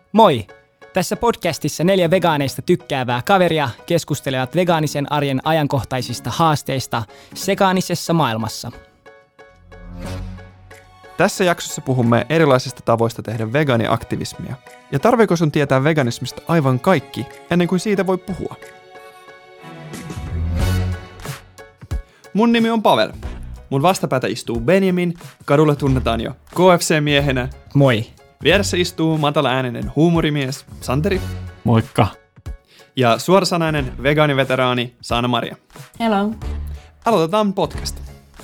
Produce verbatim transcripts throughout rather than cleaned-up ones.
Moi! Tässä podcastissa neljä vegaaneista tykkäävää kaveria keskustelevat vegaanisen arjen ajankohtaisista haasteista sekaanisessa maailmassa. Tässä jaksossa puhumme erilaisista tavoista tehdä vegaaniaktivismia. Ja tarviiko sun tietää veganismista aivan kaikki, ennen kuin siitä voi puhua? Mun nimi on Pavel. Mun vastapäätä istuu Benjamin, kadulla tunnetaan jo K F C-miehenä. Moi! Vieressä istuu matala-ääninen huumorimies Santeri. Moikka! Ja suorasanainen vegaaniveteraani Sanna-Maria. Hello! Aloitetaan podcast.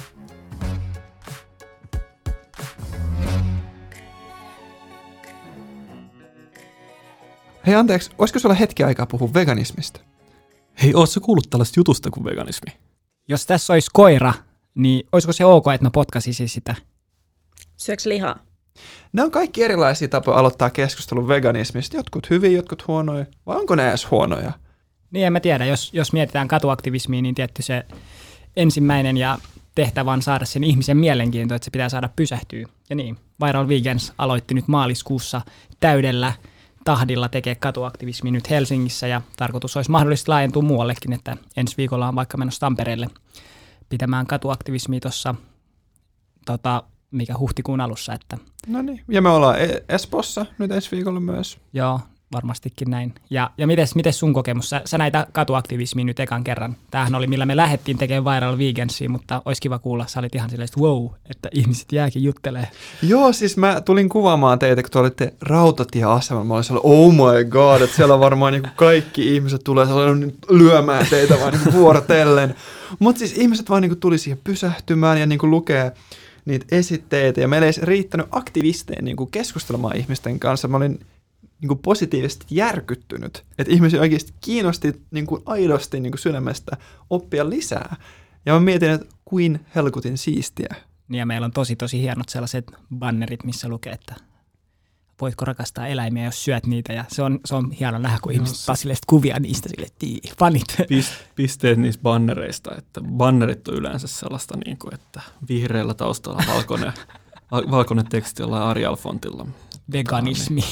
Hei anteeksi, olisiko sulla hetki aikaa puhua veganismista? Hei, ootko kuullut tällaista jutusta kuin veganismi? Jos tässä olisi koira, niin olisiko se ok, että mä potkasisin sitä? Syöks lihaa? Ne on kaikki erilaisia tapoja aloittaa keskustelun veganismista. Jotkut hyviä, jotkut huonoja. Vai onko ne edes huonoja? Niin en mä tiedä. Jos, jos mietitään katuaktivismia, niin tietty se ensimmäinen ja tehtävä on saada sen ihmisen mielenkiinto, että se pitää saada pysähtyä. Ja niin, Viral Vegans aloitti nyt maaliskuussa täydellä tahdilla tekee katuaktivismia nyt Helsingissä ja tarkoitus olisi mahdollisesti laajentua muuallekin, että ensi viikolla on vaikka menossa Tampereelle pitämään katuaktivismia tuossa tota, mikä huhtikuun alussa. Että No niin, ja me ollaan Espoossa nyt ensi viikolla myös. Joo, varmastikin näin. Ja, ja mites, mites sun kokemus? Sä, sä näitä katuaktivismia nyt ekan kerran. Tämähän oli, millä me lähdettiin tekemään Viral Vegansia, mutta olisi kiva kuulla. Sä olit ihan silleen, että wow, että ihmiset jääkin juttelee. Joo, siis mä tulin kuvaamaan teitä, kun te olitte rautatieasemalla. Mä olin sellainen, oh my god, että siellä varmaan niin kaikki ihmiset tulee sellainen lyömään teitä vaan niin vuorotellen. Mutta siis ihmiset vaan niin tuli siihen pysähtymään ja niin lukee niitä esitteitä, ja meillä ei riittänyt aktivisteja niin keskustelemaan ihmisten kanssa. Mä olin niin positiivisesti järkyttynyt, että ihmisiä oikeasti kiinnosti niin aidosti niin sydämestä oppia lisää. Ja mä mietin, että kuin helkutin siistiä. Niin ja meillä on tosi tosi hienot sellaiset bannerit, missä lukee, että voitko rakastaa eläimiä, jos syöt niitä. Ja se on, se on hieno nähdä, kun no, ihmiset ottaa silleen kuvia niistä silleen, että fanit. Pisteet niistä bannereista, että bannerit on yleensä sellaista, niin kuin, että vihreällä taustalla valkoinen, valkoinen teksti jollain Arial-fontilla. Veganismi.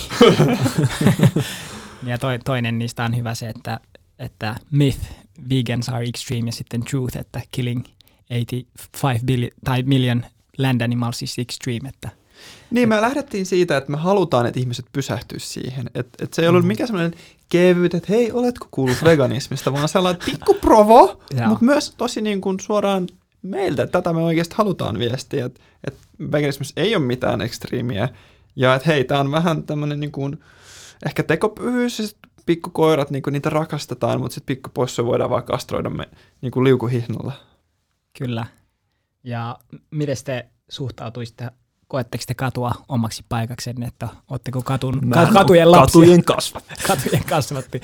Ja to, toinen niistä on hyvä se, että, että myth, vegans are extreme, ja sitten truth, että killing eighty-five billion, tai million land animals is extreme. Että, niin, me lähdettiin siitä, että me halutaan, että ihmiset pysähtyisivät siihen. Että et se ei ollut mm. mikään sellainen kevyt, että hei, oletko kuullut veganismista, vaan sellainen pikku provo, mutta myös tosi niin kuin suoraan meiltä. Tätä me oikeasti halutaan viestiä, että et veganismissa ei ole mitään ekstriimiä. Ja että hei, tämä on vähän tämmöinen niin kuin, ehkä tekopyhyys, ja pikkukoirat, niin kuin niitä rakastetaan, mutta sitten pikkupossuja voidaan vaan kastroida me niin kuin liukuhihnalla. Kyllä. Ja miten te suhtautuisitte, koetteko te katua omaksi paikaksenne, että ootteko katun, katujen lapsia? Katujen kasvatti. Katujen kasvatti.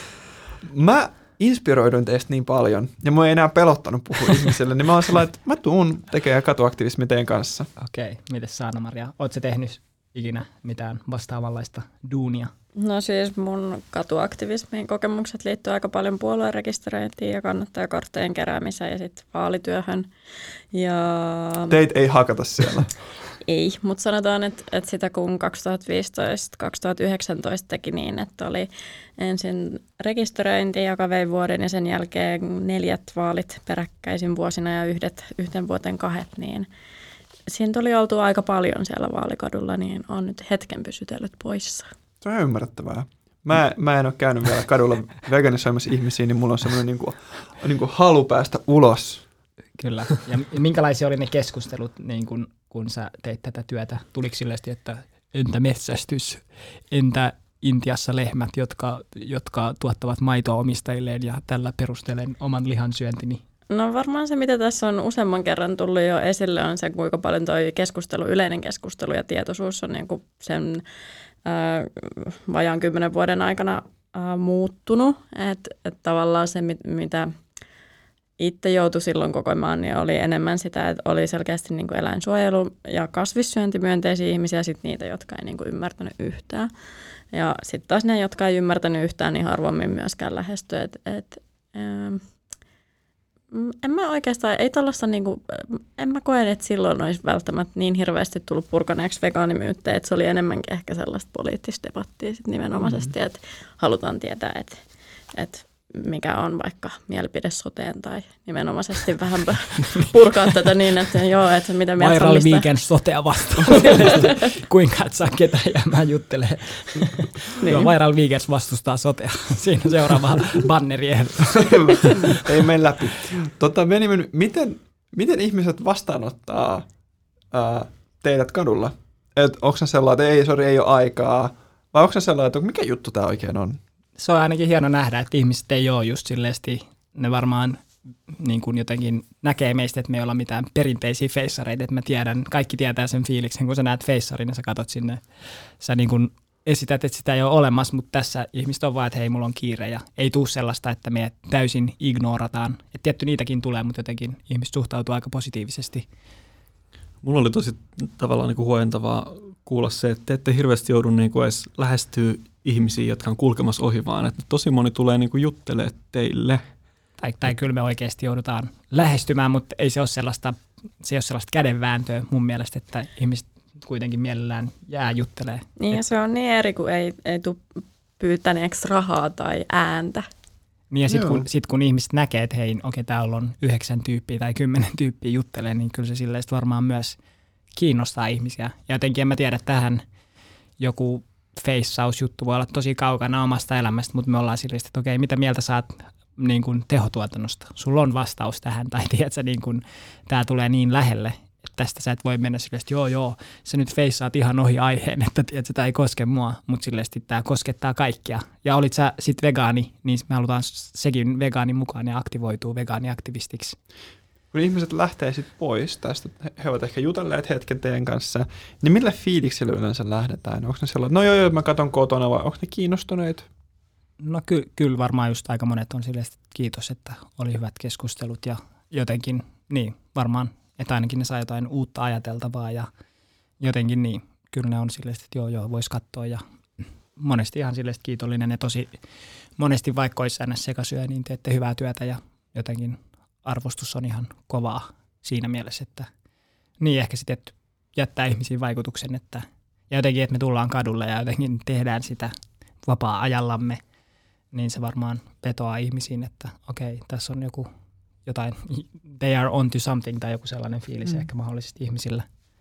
Mä inspiroiduin teistä niin paljon, ja mua ei enää pelottanut puhua ihmisille, niin mä oon sellainen, että mä tuun tekemään katuaktivismi teidän kanssa. Okei, okay. Mites Sanna-Maria? Ootko sä tehnyt ikinä mitään vastaavanlaista duunia? No siis mun katuaktivismin kokemukset liittyy aika paljon puoluerekisteröintiin ja kannattajakorttien keräämiseen ja sitten vaalityöhön. Ja Teit ei hakata siellä. Ei, mutta sanotaan, että, että sitä kun kaksituhattaviisitoista kaksituhattayhdeksäntoista teki niin, että oli ensin rekisteröinti, joka vei vuoden ja sen jälkeen neljät vaalit peräkkäisin vuosina ja yhdet, yhten vuoteen kahdet, niin siinä tuli oltu aika paljon siellä vaalikadulla, niin on nyt hetken pysytellyt poissa. Se on ymmärrettävää. Mä, mä en ole käynyt vielä kadulla veganisoimassa ihmisiä, niin mulla on semmoinen niin kuin, niin kuin halu päästä ulos. Kyllä. Ja minkälaisia oli ne keskustelut, niin kun, kun sä teit tätä työtä? Tuliko silleesti, että entä metsästys, entä Intiassa lehmät, jotka, jotka tuottavat maitoa omistajilleen ja tällä perustelen oman lihan syöntini? No varmaan se, mitä tässä on useamman kerran tullut jo esille, on se, kuinka paljon tuo keskustelu, yleinen keskustelu ja tietoisuus on niin kuin sen ää, vajaan kymmenen vuoden aikana ää, muuttunut. Että et tavallaan se, mit, mitä itse joutui silloin kokemaan, niin oli enemmän sitä, että oli selkeästi niin kuin eläinsuojelu- ja kasvissyöntimyönteisiä ihmisiä, sitten niitä, jotka ei niin kuin ymmärtänyt yhtään. Ja sitten taas ne, jotka ei ymmärtänyt yhtään, niin harvemmin myöskään lähesty. Et, et, ää, en mä oikeastaan, ei tollaista niinku, en mä koe, että silloin olisi välttämättä niin hirveästi tullut purkaneeksi vegaanimyyttejä, että se oli enemmänkin ehkä sellaista poliittista debattia sit nimenomaisesti, mm-hmm. että halutaan tietää, että, että mikä on vaikka mielipide soteen tai nimenomaisesti vähän purkaa tätä niin, että joo, että mitä mieltä Viral Weekend sotea vastaan. Kuinka et saa ketään jäämään juttelee. niin. Joo, Viral Weekend vastustaa sotea. Siinä on seuraava banneri. Ei mene läpi. Tota, meni, miten, miten ihmiset vastaanottaa ää, teidät kadulla? Et onko se sellainen, että ei, sori, ei ole aikaa? Vai onko se sellainen, että mikä juttu tämä oikein on? Se on ainakin hieno nähdä, että ihmiset ei ole just silleesti, ne varmaan niin kuin jotenkin näkee meistä, että me ei olla mitään perinteisiä feissareita, että mä tiedän, kaikki tietää sen fiiliksen, kun sä näet feissarin ja sä katot sinne, sä niin kuin esität, että sitä ei ole olemassa, mutta tässä ihmiset on vaan, että hei, mulla on kiire ja ei tule sellaista, että me täysin ignorataan. Että tietty niitäkin tulee, mutta jotenkin ihmiset suhtautuu aika positiivisesti. Mulla oli tosi tavallaan niin kuin huojentavaa kuulla se, että te ette hirveästi joudu niin kuin edes lähestyä ihmisiä, jotka on kulkemassa ohi, vaan että tosi moni tulee niin kuin juttelemaan teille. Tai, tai kyllä me oikeasti joudutaan lähestymään, mutta ei se ole sellaista, se ei ole sellaista kädenvääntöä mun mielestä, että ihmiset kuitenkin mielellään jää juttelee. Niin ja se on niin eri, kun ei, ei tule pyytäneeksi rahaa tai ääntä. Niin ja sitten kun, sit kun ihmiset näkee, että hei, okei, täällä on yhdeksän tyyppiä tai kymmenen tyyppiä juttelee, niin kyllä se silleen varmaan myös kiinnostaa ihmisiä. Ja jotenkin en mä tiedä, tähän joku feissausjuttu voi olla tosi kaukana omasta elämästä, mutta me ollaan silleen, että okei, mitä mieltä saat niin kuin tehotuotannosta? Sulla on vastaus tähän, tai tiedätkö, niin kuin, tämä tulee niin lähelle, että tästä sä et voi mennä silleen, että joo, joo, sä nyt feissaat ihan ohi aiheen, että tiedätkö, tämä ei koske mua, mutta silleen, että tämä koskettaa kaikkia. Ja olit sä sitten vegaani, niin me halutaan sekin vegaani mukaan ja aktivoituu vegaaniaktivistiksi. Kun ihmiset lähtee sitten pois tästä, he ovat ehkä jutelleet hetken teidän kanssa, niin millä fiiliksillä yleensä lähdetään? Onko ne sellainen, no joo, joo, mä katson kotona, vai onko ne kiinnostuneet? No ky- kyllä varmaan just aika monet on silleen, että kiitos, että oli hyvät keskustelut ja jotenkin niin, varmaan, että ainakin ne saa jotain uutta ajateltavaa ja jotenkin niin, kyllä ne on silleen, että joo, joo, voisi katsoa ja monesti ihan silleen kiitollinen ja tosi monesti vaikka olisi aina sekasyö, niin teette hyvää työtä ja jotenkin arvostus on ihan kovaa siinä mielessä, että niin ehkä sitten jättää ihmisiin vaikutuksen, että ja jotenkin, että me tullaan kadulle ja jotenkin tehdään sitä vapaa-ajallamme, niin se varmaan vetoaa ihmisiin, että okei, tässä on joku jotain, they are on to something tai joku sellainen fiilis mm. ehkä mahdollisesti ihmisillä.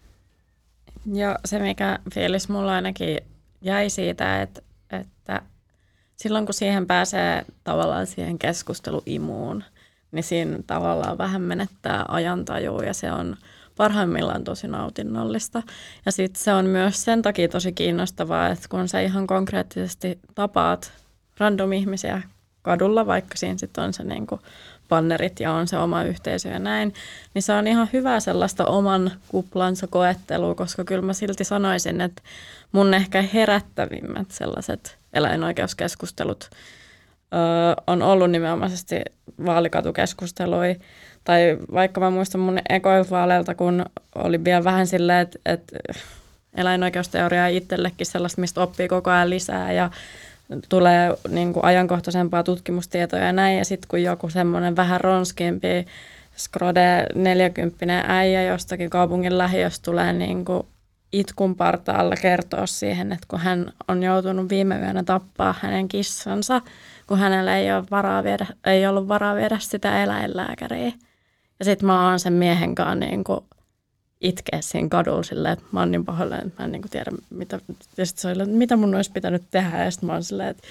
Ja se, mikä fiilis mulla ainakin jäi siitä, että, että silloin kun siihen pääsee tavallaan siihen keskusteluimuun, niin siinä tavallaan vähän menettää ajantajua ja se on parhaimmillaan tosi nautinnollista. Ja sitten se on myös sen takia tosi kiinnostavaa, että kun sä ihan konkreettisesti tapaat random ihmisiä kadulla, vaikka siinä sitten on se niinku bannerit ja on se oma yhteisö ja näin, niin se on ihan hyvä sellaista oman kuplansa koettelua, koska kyllä mä silti sanoisin, että mun ehkä herättävimmät sellaiset eläinoikeuskeskustelut öö, on ollut nimenomaisesti vaalikatukeskusteluja. Tai vaikka mä muistan mun ekoilta vaaleilta, kun oli vielä vähän silleen, että, että eläinoikeusteoriaa itsellekin sellaista, mistä oppii koko ajan lisää ja tulee niin kuin ajankohtaisempaa tutkimustietoa ja näin. Ja sitten kun joku semmoinen vähän ronskimpi skrode neljäkymppinen äijä jostakin kaupungin lähiöstä tulee niin kuin itkun partaalla kertoa siihen, että kun hän on joutunut viime yönä tappaa hänen kissansa, kun hänellä ei, ole varaa viedä, ei ollut varaa viedä sitä eläinlääkäriä. Ja sitten mä oon sen miehen kanssa niin kuin itkeä siinä kadulla silleen, että mä oon niin pahoillani, että mä en niin kuin tiedä, mitä, ja sit se oli, että mitä mun olisi pitänyt tehdä. Ja sitten mä oon silleen, että,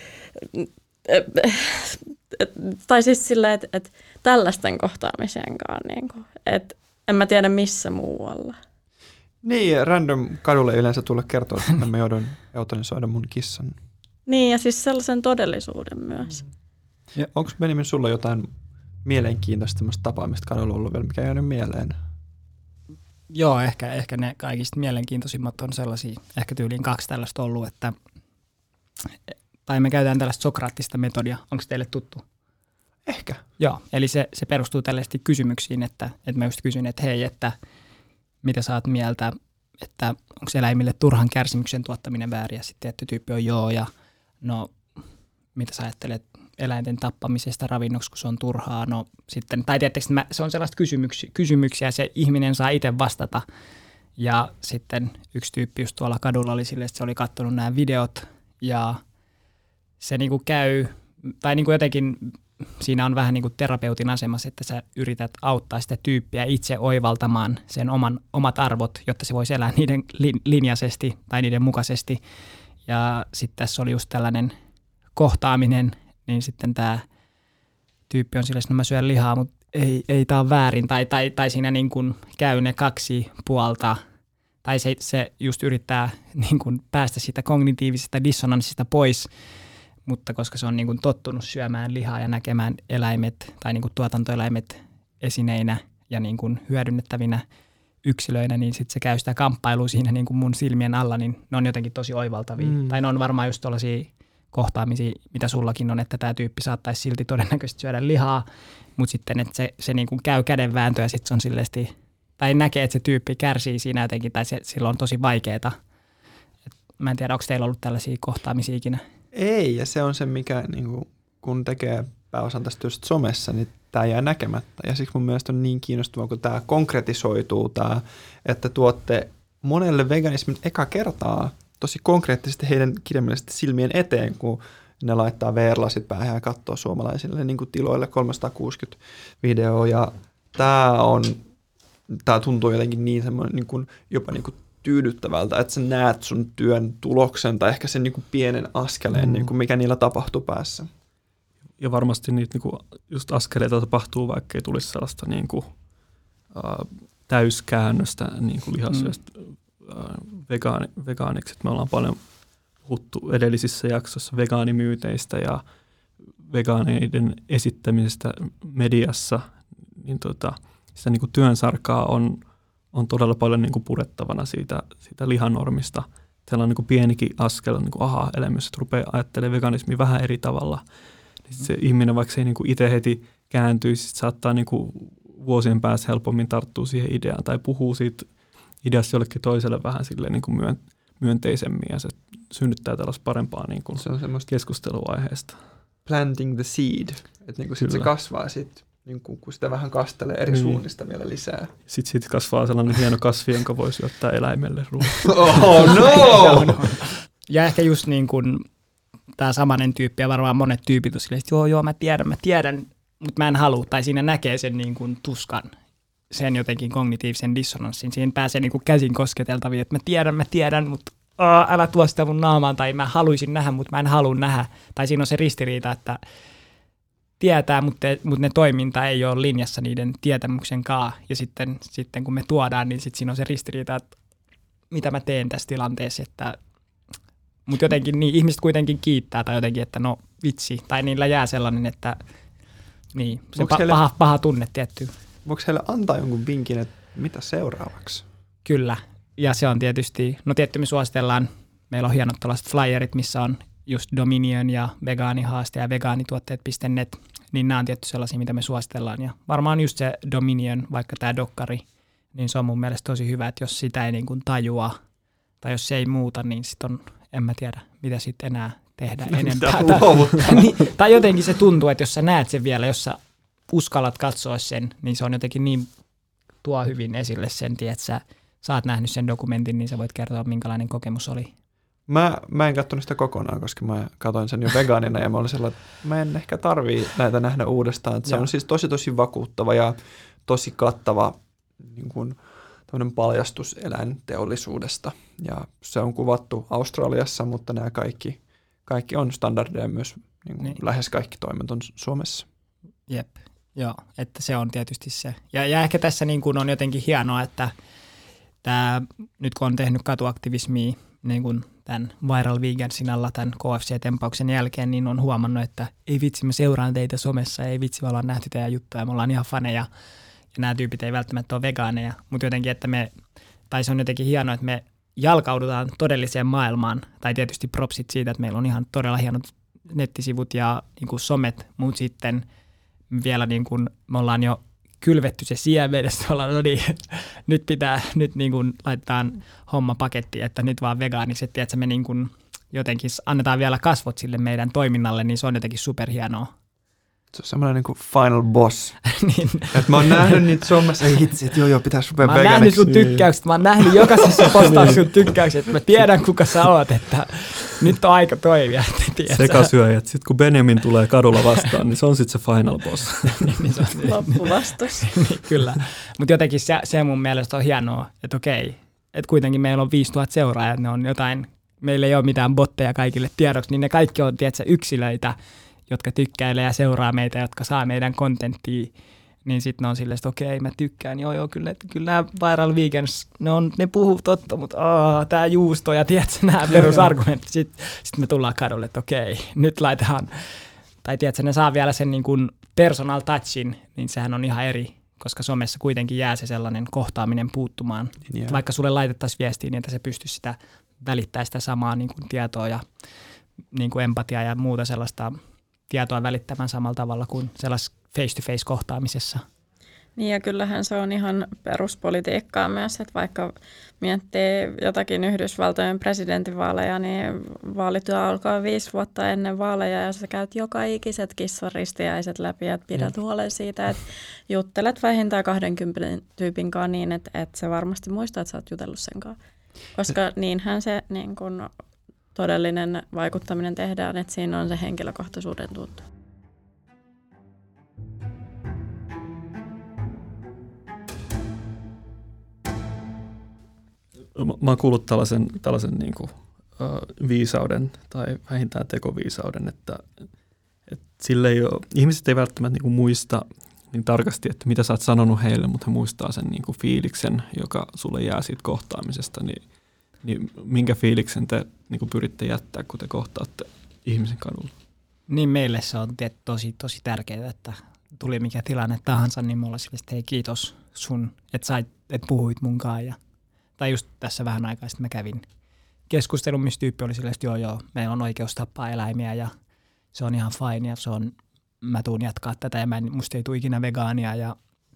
tai siis silleen, että, että tällaisten kohtaamisen kanssa, niin kuin, että en mä tiedä missä muualla. Niin, random kadulle yleensä tulla kertoa, että mä joudun eutanisoida mun kissan. Niin, ja siis sellaisen todellisuuden myös. Ja onko Benjamin sulla jotain mielenkiintoista tapaamista kadulla ollut vielä, mikä ei jäänyt mieleen? Joo, ehkä, ehkä ne kaikista mielenkiintoisimmat on sellaisia, ehkä tyyliin kaksi tällaista ollut, että tai me käytetään tällaista sokraattista metodia. Onko teille tuttu? Ehkä. Joo, eli se, se perustuu tällaisesti kysymyksiin, että, että mä just kysyn, että hei, että mitä sä oot mieltä, että onko eläimille turhan kärsimyksen tuottaminen väärin, ja sitten tietty tyyppi on joo, ja no mitä sä ajattelet eläinten tappamisesta ravinnoksi, kun se on turhaa. No sitten, tai tietysti se on sellaista kysymyksiä, kysymyksiä, se ihminen saa itse vastata. Ja sitten yksi tyyppi just tuolla kadulla oli silleen, että se oli katsonut nämä videot ja se niinku käy, tai niinku jotenkin siinä on vähän niin kuin terapeutin asemassa, että sä yrität auttaa sitä tyyppiä itse oivaltamaan sen oman, omat arvot, jotta se voisi elää niiden linjaisesti tai niiden mukaisesti. Ja sitten tässä oli just tällainen kohtaaminen, niin sitten tämä tyyppi on silleen, että no mä syön lihaa, mutta ei, ei tää on väärin. Tai, tai, tai siinä niin kuin käy ne kaksi puolta, tai se, se just yrittää niin kuin päästä siitä kognitiivisesta dissonanssista pois, mutta koska se on niin kuin tottunut syömään lihaa ja näkemään eläimet tai niin kuin tuotantoeläimet esineinä ja niin kuin hyödynnettävinä yksilöinä, niin sitten se käy sitä kamppailua siinä niin kuin mun silmien alla, niin ne on jotenkin tosi oivaltavia. Mm. Tai ne on varmaan just tuollaisia kohtaamisia, mitä sullakin on, että tämä tyyppi saattaisi silti todennäköisesti syödä lihaa, mutta sitten, että se, se niin kuin käy kädenvääntö ja sitten se on silleesti, tai näkee, että se tyyppi kärsii siinä jotenkin, tai se, sillä on tosi vaikeaa. Et mä en tiedä, onko teillä ollut tällaisia kohtaamisia ikinä? Ei, ja se on se, mikä niin kuin, kun tekee pääosan tästä työstä somessa, niin tämä jää näkemättä. Ja siksi mun mielestä on niin kiinnostavaa, kun tämä konkretisoituu, tämä, että tuotte monelle veganismin eka kertaa tosi konkreettisesti heidän kirjaimellisesti silmien eteen, kun ne laittaa V R-lasit päähän ja katsoo suomalaisille niin kuin tiloille kolmesataakuusikymmentä videoa. Ja tämä on, tämä tuntuu jotenkin niin semmoinen niin kuin, jopa niin kuin tyydyttävältä, että sä näet sun työn tuloksen tai ehkä sen niin kuin pienen askeleen, mm. niin kuin mikä niillä tapahtuu päässä. Ja varmasti niitä niin kuin just askeleita tapahtuu, vaikka ei tulisi sellaista niin kuin, äh, täyskäännöstä niin kuin lihasyöstä mm. äh, vegaani, vegaaniksi. Et me ollaan paljon puhuttu edellisissä jaksoissa vegaanimyyteistä ja vegaaneiden esittämisestä mediassa. Niin tota, sitä niin kuin työnsarkaa on on todella paljon niin kuin purettavana siitä, siitä lihanormista. Siellä on niin kuin pienikin askel, niin kuin aha-elämys, että rupeaa ajattelemaan veganismia vähän eri tavalla. Niin se ihminen, vaikka se ei niin kuin itse heti kääntyisi, sit saattaa niin kuin vuosien päässä helpommin tarttua siihen ideaan tai puhuu siitä ideasta jollekin toiselle vähän silleen niin kuin myönteisemmin ja se synnyttää tällaista parempaa niin kuin se on keskusteluaiheesta. Planting the seed, että niin sit se kasvaa sitten. Niin kun sitä vähän kastelee eri niin. suunnista vielä lisää. Sitten siitä kasvaa sellainen hieno kasvi, jonka voisi syöttää eläimelle ruokaa. Oh no! Ja ehkä just niin kuin tämä samainen tyyppi ja varmaan monet tyypit on silleen, että joo joo mä tiedän, mä tiedän, mutta mä en halua. Tai siinä näkee sen niin kuin tuskan, sen jotenkin kognitiivisen dissonanssin. Siinä pääsee niin kuin käsin kosketeltaviin, että mä tiedän, mä tiedän, mutta aa, älä tuo sitä mun naamaan. Tai mä haluaisin nähdä, mutta mä en halua nähdä. Tai siinä on se ristiriita, että tietää, mutta, mutta ne toiminta ei ole linjassa niiden tietämyksen kanssa. Ja sitten, sitten kun me tuodaan, niin sitten siinä on se ristiriita, että mitä mä teen tässä tilanteessa. Että, mutta jotenkin niin, ihmiset kuitenkin kiittää tai jotenkin, että no vitsi. Tai niillä jää sellainen, että niin, se pa- heille, paha, paha tunne tietty. Voiko heille antaa jonkun vinkin, että mitä seuraavaksi? Kyllä. Ja se on tietysti, no tietty me suositellaan, meillä on hienot tällaiset flyerit, missä on just Dominion ja vegaanihaaste ja vegaanituotteet piste net, niin nämä on tietty sellaisia, mitä me suositellaan. Ja varmaan just se Dominion, vaikka tämä dokkari, niin se on mun mielestä tosi hyvä, että jos sitä ei niin kuin tajua, tai jos se ei muuta, niin sitten on, en mä tiedä, mitä sitten enää tehdä enempää. Tai, niin, tai jotenkin se tuntuu, että jos sä näet sen vielä, jos sä uskallat katsoa sen, niin se on jotenkin niin, tuo hyvin esille sen, että sä, sä oot nähnyt sen dokumentin, niin sä voit kertoa, minkälainen kokemus oli. Mä, mä en katsonut sitä kokonaan, koska mä katsoin sen jo vegaanina ja mä olin sellainen, että mä en ehkä tarvii näitä nähdä uudestaan. Että se on siis tosi tosi vakuuttava ja tosi kattava niin kuin, paljastus eläinteollisuudesta. Ja se on kuvattu Australiassa, mutta nämä kaikki, kaikki on standardeja myös, niin kuin niin. lähes kaikki toimet on Suomessa. Jep, joo, että se on tietysti se. Ja, ja ehkä tässä niin kuin on jotenkin hienoa, että tämä, nyt kun on tehnyt katuaktivismia, niin kuin tämän Viral Vegansin alla tämän K F C-tempauksen jälkeen, niin on huomannut, että ei vitsi, me seuraan teitä somessa, ei vitsi, me ollaan nähty teidän juttuja, me ollaan ihan faneja, ja nämä tyypit ei välttämättä ole vegaaneja, mutta jotenkin, että me, tai se on jotenkin hienoa, että me jalkaudutaan todelliseen maailmaan, tai tietysti propsit siitä, että meillä on ihan todella hienot nettisivut ja niin kuin somet, mutta sitten vielä niin kuin me ollaan jo kylvetty se siemen, no niin, nyt pitää, nyt niin kuin laitetaan homma pakettiin, että nyt vaan vegaaniset, että me niin kuin jotenkin annetaan vielä kasvot sille meidän toiminnalle, niin se on jotenkin superhienoa. Se on semmoinen niin kuin final boss. niin. Että mä oon nähnyt niitä somessa, ei hitsi, että joo joo, pitäisi rupea veganiksi. Mä oon nähnyt sun tykkäykset, mä oon nähnyt jokaisessa postauksessa sun tykkäykset, mä tiedän kuka sä oot, että nyt on aika toimia. Sekasyöjät, sitten kun Benjamin tulee kadulla vastaan, niin se on sitten se final boss. niin, se on, loppuvastus. niin, kyllä, mutta jotenkin se, se mun mielestä on hienoa, että okei, että kuitenkin meillä on viisituhatta seuraajat, ne on jotain, meillä ei ole mitään botteja kaikille tiedoksi, niin ne kaikki on tiedätkö, yksilöitä, jotka tykkäilee ja seuraa meitä, jotka saa meidän kontenttia, niin sitten ne on silleen, että okei, mä tykkään, joo joo, kyllä, kyllä nämä Viral Weekends, ne, on, ne puhuu totta, mutta aah, tää juusto ja tiedätkö, nämä perusargumentit, sitten sit me tullaan kadulle, että okei, nyt laitetaan, tai tiedätkö, ne saa vielä sen niin kuin personal touchin, niin sehän on ihan eri, koska somessa kuitenkin jää se sellainen kohtaaminen puuttumaan, yeah. Vaikka sulle laitettaisiin viestiä, niin että se pystyisi sitä välittää sitä samaa niin kuin tietoa ja niin kuin empatiaa ja muuta sellaista tietoa välittämään samalla tavalla kuin sellaisessa face-to-face kohtaamisessa. Niin ja kyllähän se on ihan peruspolitiikkaa myös, että vaikka miettii jotakin Yhdysvaltojen presidentinvaaleja, niin vaalityö alkaa viisi vuotta ennen vaaleja ja sä käyt joka ikiset kissaristiäiset läpi ja pidät mm. huolen siitä, että juttelet vähintään kahdenkymmenen tyypin kanssa niin, että, että se varmasti muistaa, että sä oot jutellut sen kanssa. Koska niinhän se niin kun todellinen vaikuttaminen tehdään, että siinä on se henkilökohtaisuuden tuntu. Mä oon kuullut tällaisen, tällaisen niin kuin, uh, viisauden tai vähintään tekoviisauden, että, että sille ei ole, ihmiset ei välttämättä niin kuin muista niin tarkasti, että mitä sä oot sanonut heille, mutta he muistaa sen niin kuin fiiliksen, joka sulle jää siitä kohtaamisesta, niin Niin minkä fiiliksen te niin kuin pyritte jättää, kun te kohtaatte ihmisen kadulla? Niin meille se on tiet, tosi, tosi tärkeää, että tuli mikä tilanne tahansa, niin me ollaan sille, että hei kiitos sun, että, sait, että puhuit munkaan. Ja, tai just tässä vähän aikaa sitten mä kävin keskustelun, missä tyyppi oli silleen, että joo joo, meillä on oikeus tappaa eläimiä ja se on ihan fine ja se on, mä tuun jatkaa tätä ja mä en, musta ei tule ikinä vegaania. Ja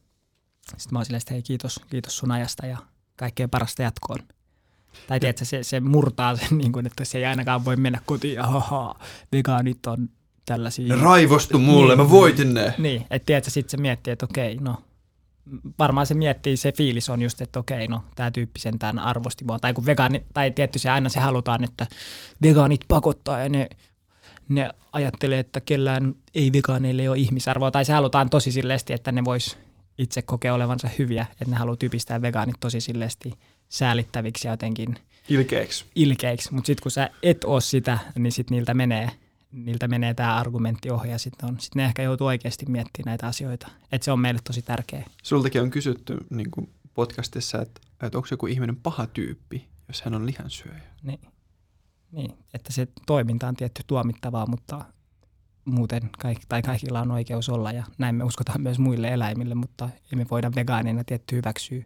sitten mä oon silleen, että hei kiitos, kiitos sun ajasta ja kaikkea parasta jatkoon. Tai tiedätkö, se, se murtaa sen, niin kuin, että se ei ainakaan voi mennä kotiin ja haha, vegaanit on tällaisia. Ne raivostu mulle, niin, mä voitin ne. Niin, että tiedätkö, sitten se miettii, että okei, no varmaan se miettii, se fiilis on just, että okei, no tämä tyyppi sentään arvosti mua. Tai kun vegaani, tai tietty se aina se halutaan, että vegaanit pakottaa ja ne, ne ajattelee, että kellään ei vegaaneille ole ihmisarvoa. Tai se halutaan tosi silleesti, että ne vois itse kokea olevansa hyviä, että ne haluaa typistää vegaanit tosi silleesti säälittäviksi ja jotenkin ilkeiksi. ilkeiksi. Mutta sitten kun sä et oo sitä, niin sitten niiltä menee, niiltä menee tämä argumentti ohi ja sitten sit ne ehkä joutuu oikeasti miettimään näitä asioita. Että se on meille tosi tärkeä. Sultakin on kysytty niin kuin podcastissa, että, että onko joku ihminen paha tyyppi, jos hän on lihansyöjä. Niin. niin, että se toiminta on tietty tuomittavaa, mutta muuten kaikki, tai kaikilla on oikeus olla ja näin me uskotaan myös muille eläimille, mutta emme voida vegaanina tietty hyväksyä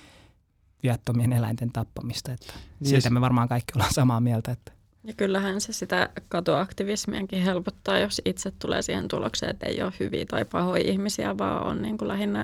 viattomien eläinten tappamista. Että siitä me varmaan kaikki ollaan samaa mieltä. Että. Ja kyllähän se sitä katuaktivismiakin helpottaa, jos itse tulee siihen tulokseen, että ei ole hyviä tai pahoja ihmisiä, vaan on niin kuin lähinnä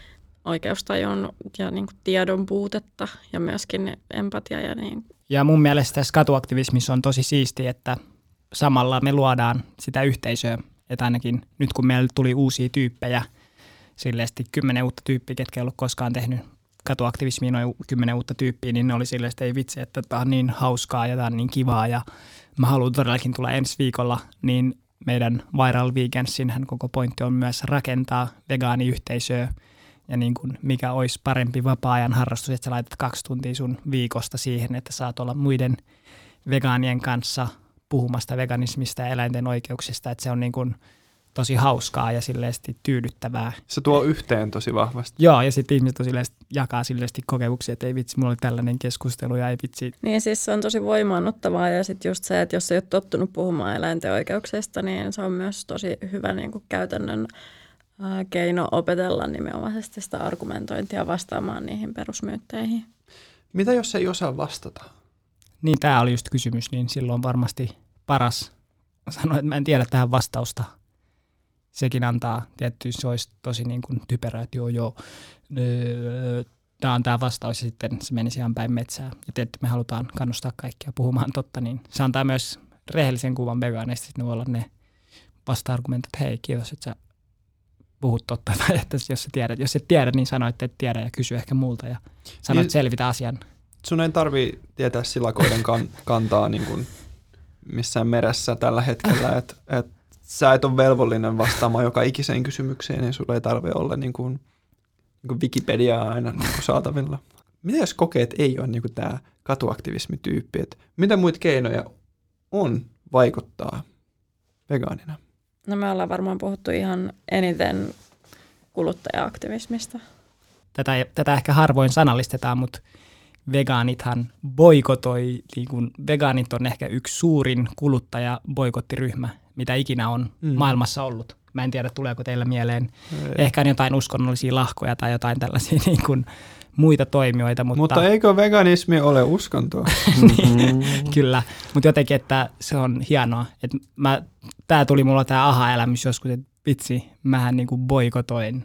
oikeustajun ja niin kuin tiedon puutetta ja myöskin empatia. Ja, niin. ja mun mielestä tässä katuaktivismissa on tosi siistiä, että samalla me luodaan sitä yhteisöä, että ainakin nyt kun meillä tuli uusia tyyppejä, silleesti kymmenen uutta tyyppiä, ketkä ei ollut koskaan tehnyt katuaktivismiin noin kymmenen uutta tyyppiä, niin ne oli silleen, että ei vitsi, että tämä on niin hauskaa ja tämä on niin kivaa ja mä haluan todellakin tulla ensi viikolla, niin meidän Viral Weekendsin koko pointti on myös rakentaa vegaaniyhteisöä ja niin kuin mikä olisi parempi vapaa-ajan harrastus, että sä laitat kaksi tuntia sun viikosta siihen, että saat olla muiden vegaanien kanssa puhumasta veganismista ja eläinten oikeuksista, että se on niin kuin tosi hauskaa ja silleesti tyydyttävää. Se tuo yhteen tosi vahvasti. Joo, ja sitten ihmiset silleesti jakaa silleesti kokemuksia, että ei vitsi, mulla oli tällainen keskustelu ja ei vitsi. Niin siis se on tosi voimaannuttavaa ja sitten just se, että jos ei ole tottunut puhumaan eläinten oikeuksista, niin se on myös tosi hyvä niin kuin käytännön ää, keino opetella nimenomaisesti sitä argumentointia vastaamaan niihin perusmyytteihin. Mitä jos ei osaa vastata? Niin, tämä oli just kysymys, niin silloin varmasti paras sanoa, että mä en tiedä tähän vastausta. Sekin antaa, tietysti se olisi tosi niin kuin typerä, että joo joo, öö, tämä on tämä vastaus ja sitten se menisi ihan päin metsää. Ja tietysti me halutaan kannustaa kaikkia puhumaan totta, niin se antaa myös rehellisen kuvan vegaaneista. Sitten ne voi olla ne vasta-argumentit, että hei, kiitos, että sä puhut totta. Tai että jos sä tiedät, jos et tiedä, niin sano, että et tiedä ja kysy ehkä multa ja sano, että selvitä asian. Sun ei tarvii tietää silakoiden kan- kantaa niin kuin missään meressä tällä hetkellä, että et sä et ole velvollinen vastaamaan joka ikiseen kysymykseen, niin sulla ei tarvitse olla niin kuin, niin kuin Wikipediaa aina niin kuin saatavilla. Mitä jos kokeet ei ole niin kuin tämä katuaktivismityyppi, että mitä muita keinoja on vaikuttaa vegaanina? No me ollaan varmaan puhuttu ihan eniten kuluttaja-aktivismista. Tätä, tätä ehkä harvoin sanallistetaan, mutta vegaanithan boikotoi, niin kuin vegaanit on ehkä yksi suurin kuluttaja-boikottiryhmä, mitä ikinä on mm. maailmassa ollut. Mä en tiedä, tuleeko teillä mieleen. Ei. Ehkä on jotain uskonnollisia lahkoja tai jotain tällaisia niin kuin muita toimijoita. Mutta, mutta eikö veganismi ole uskontoa? niin, kyllä, mutta jotenkin, että se on hienoa. Tämä tuli mulla tämä aha-elämys joskus, että vitsi, mähän niin kuin boikotoin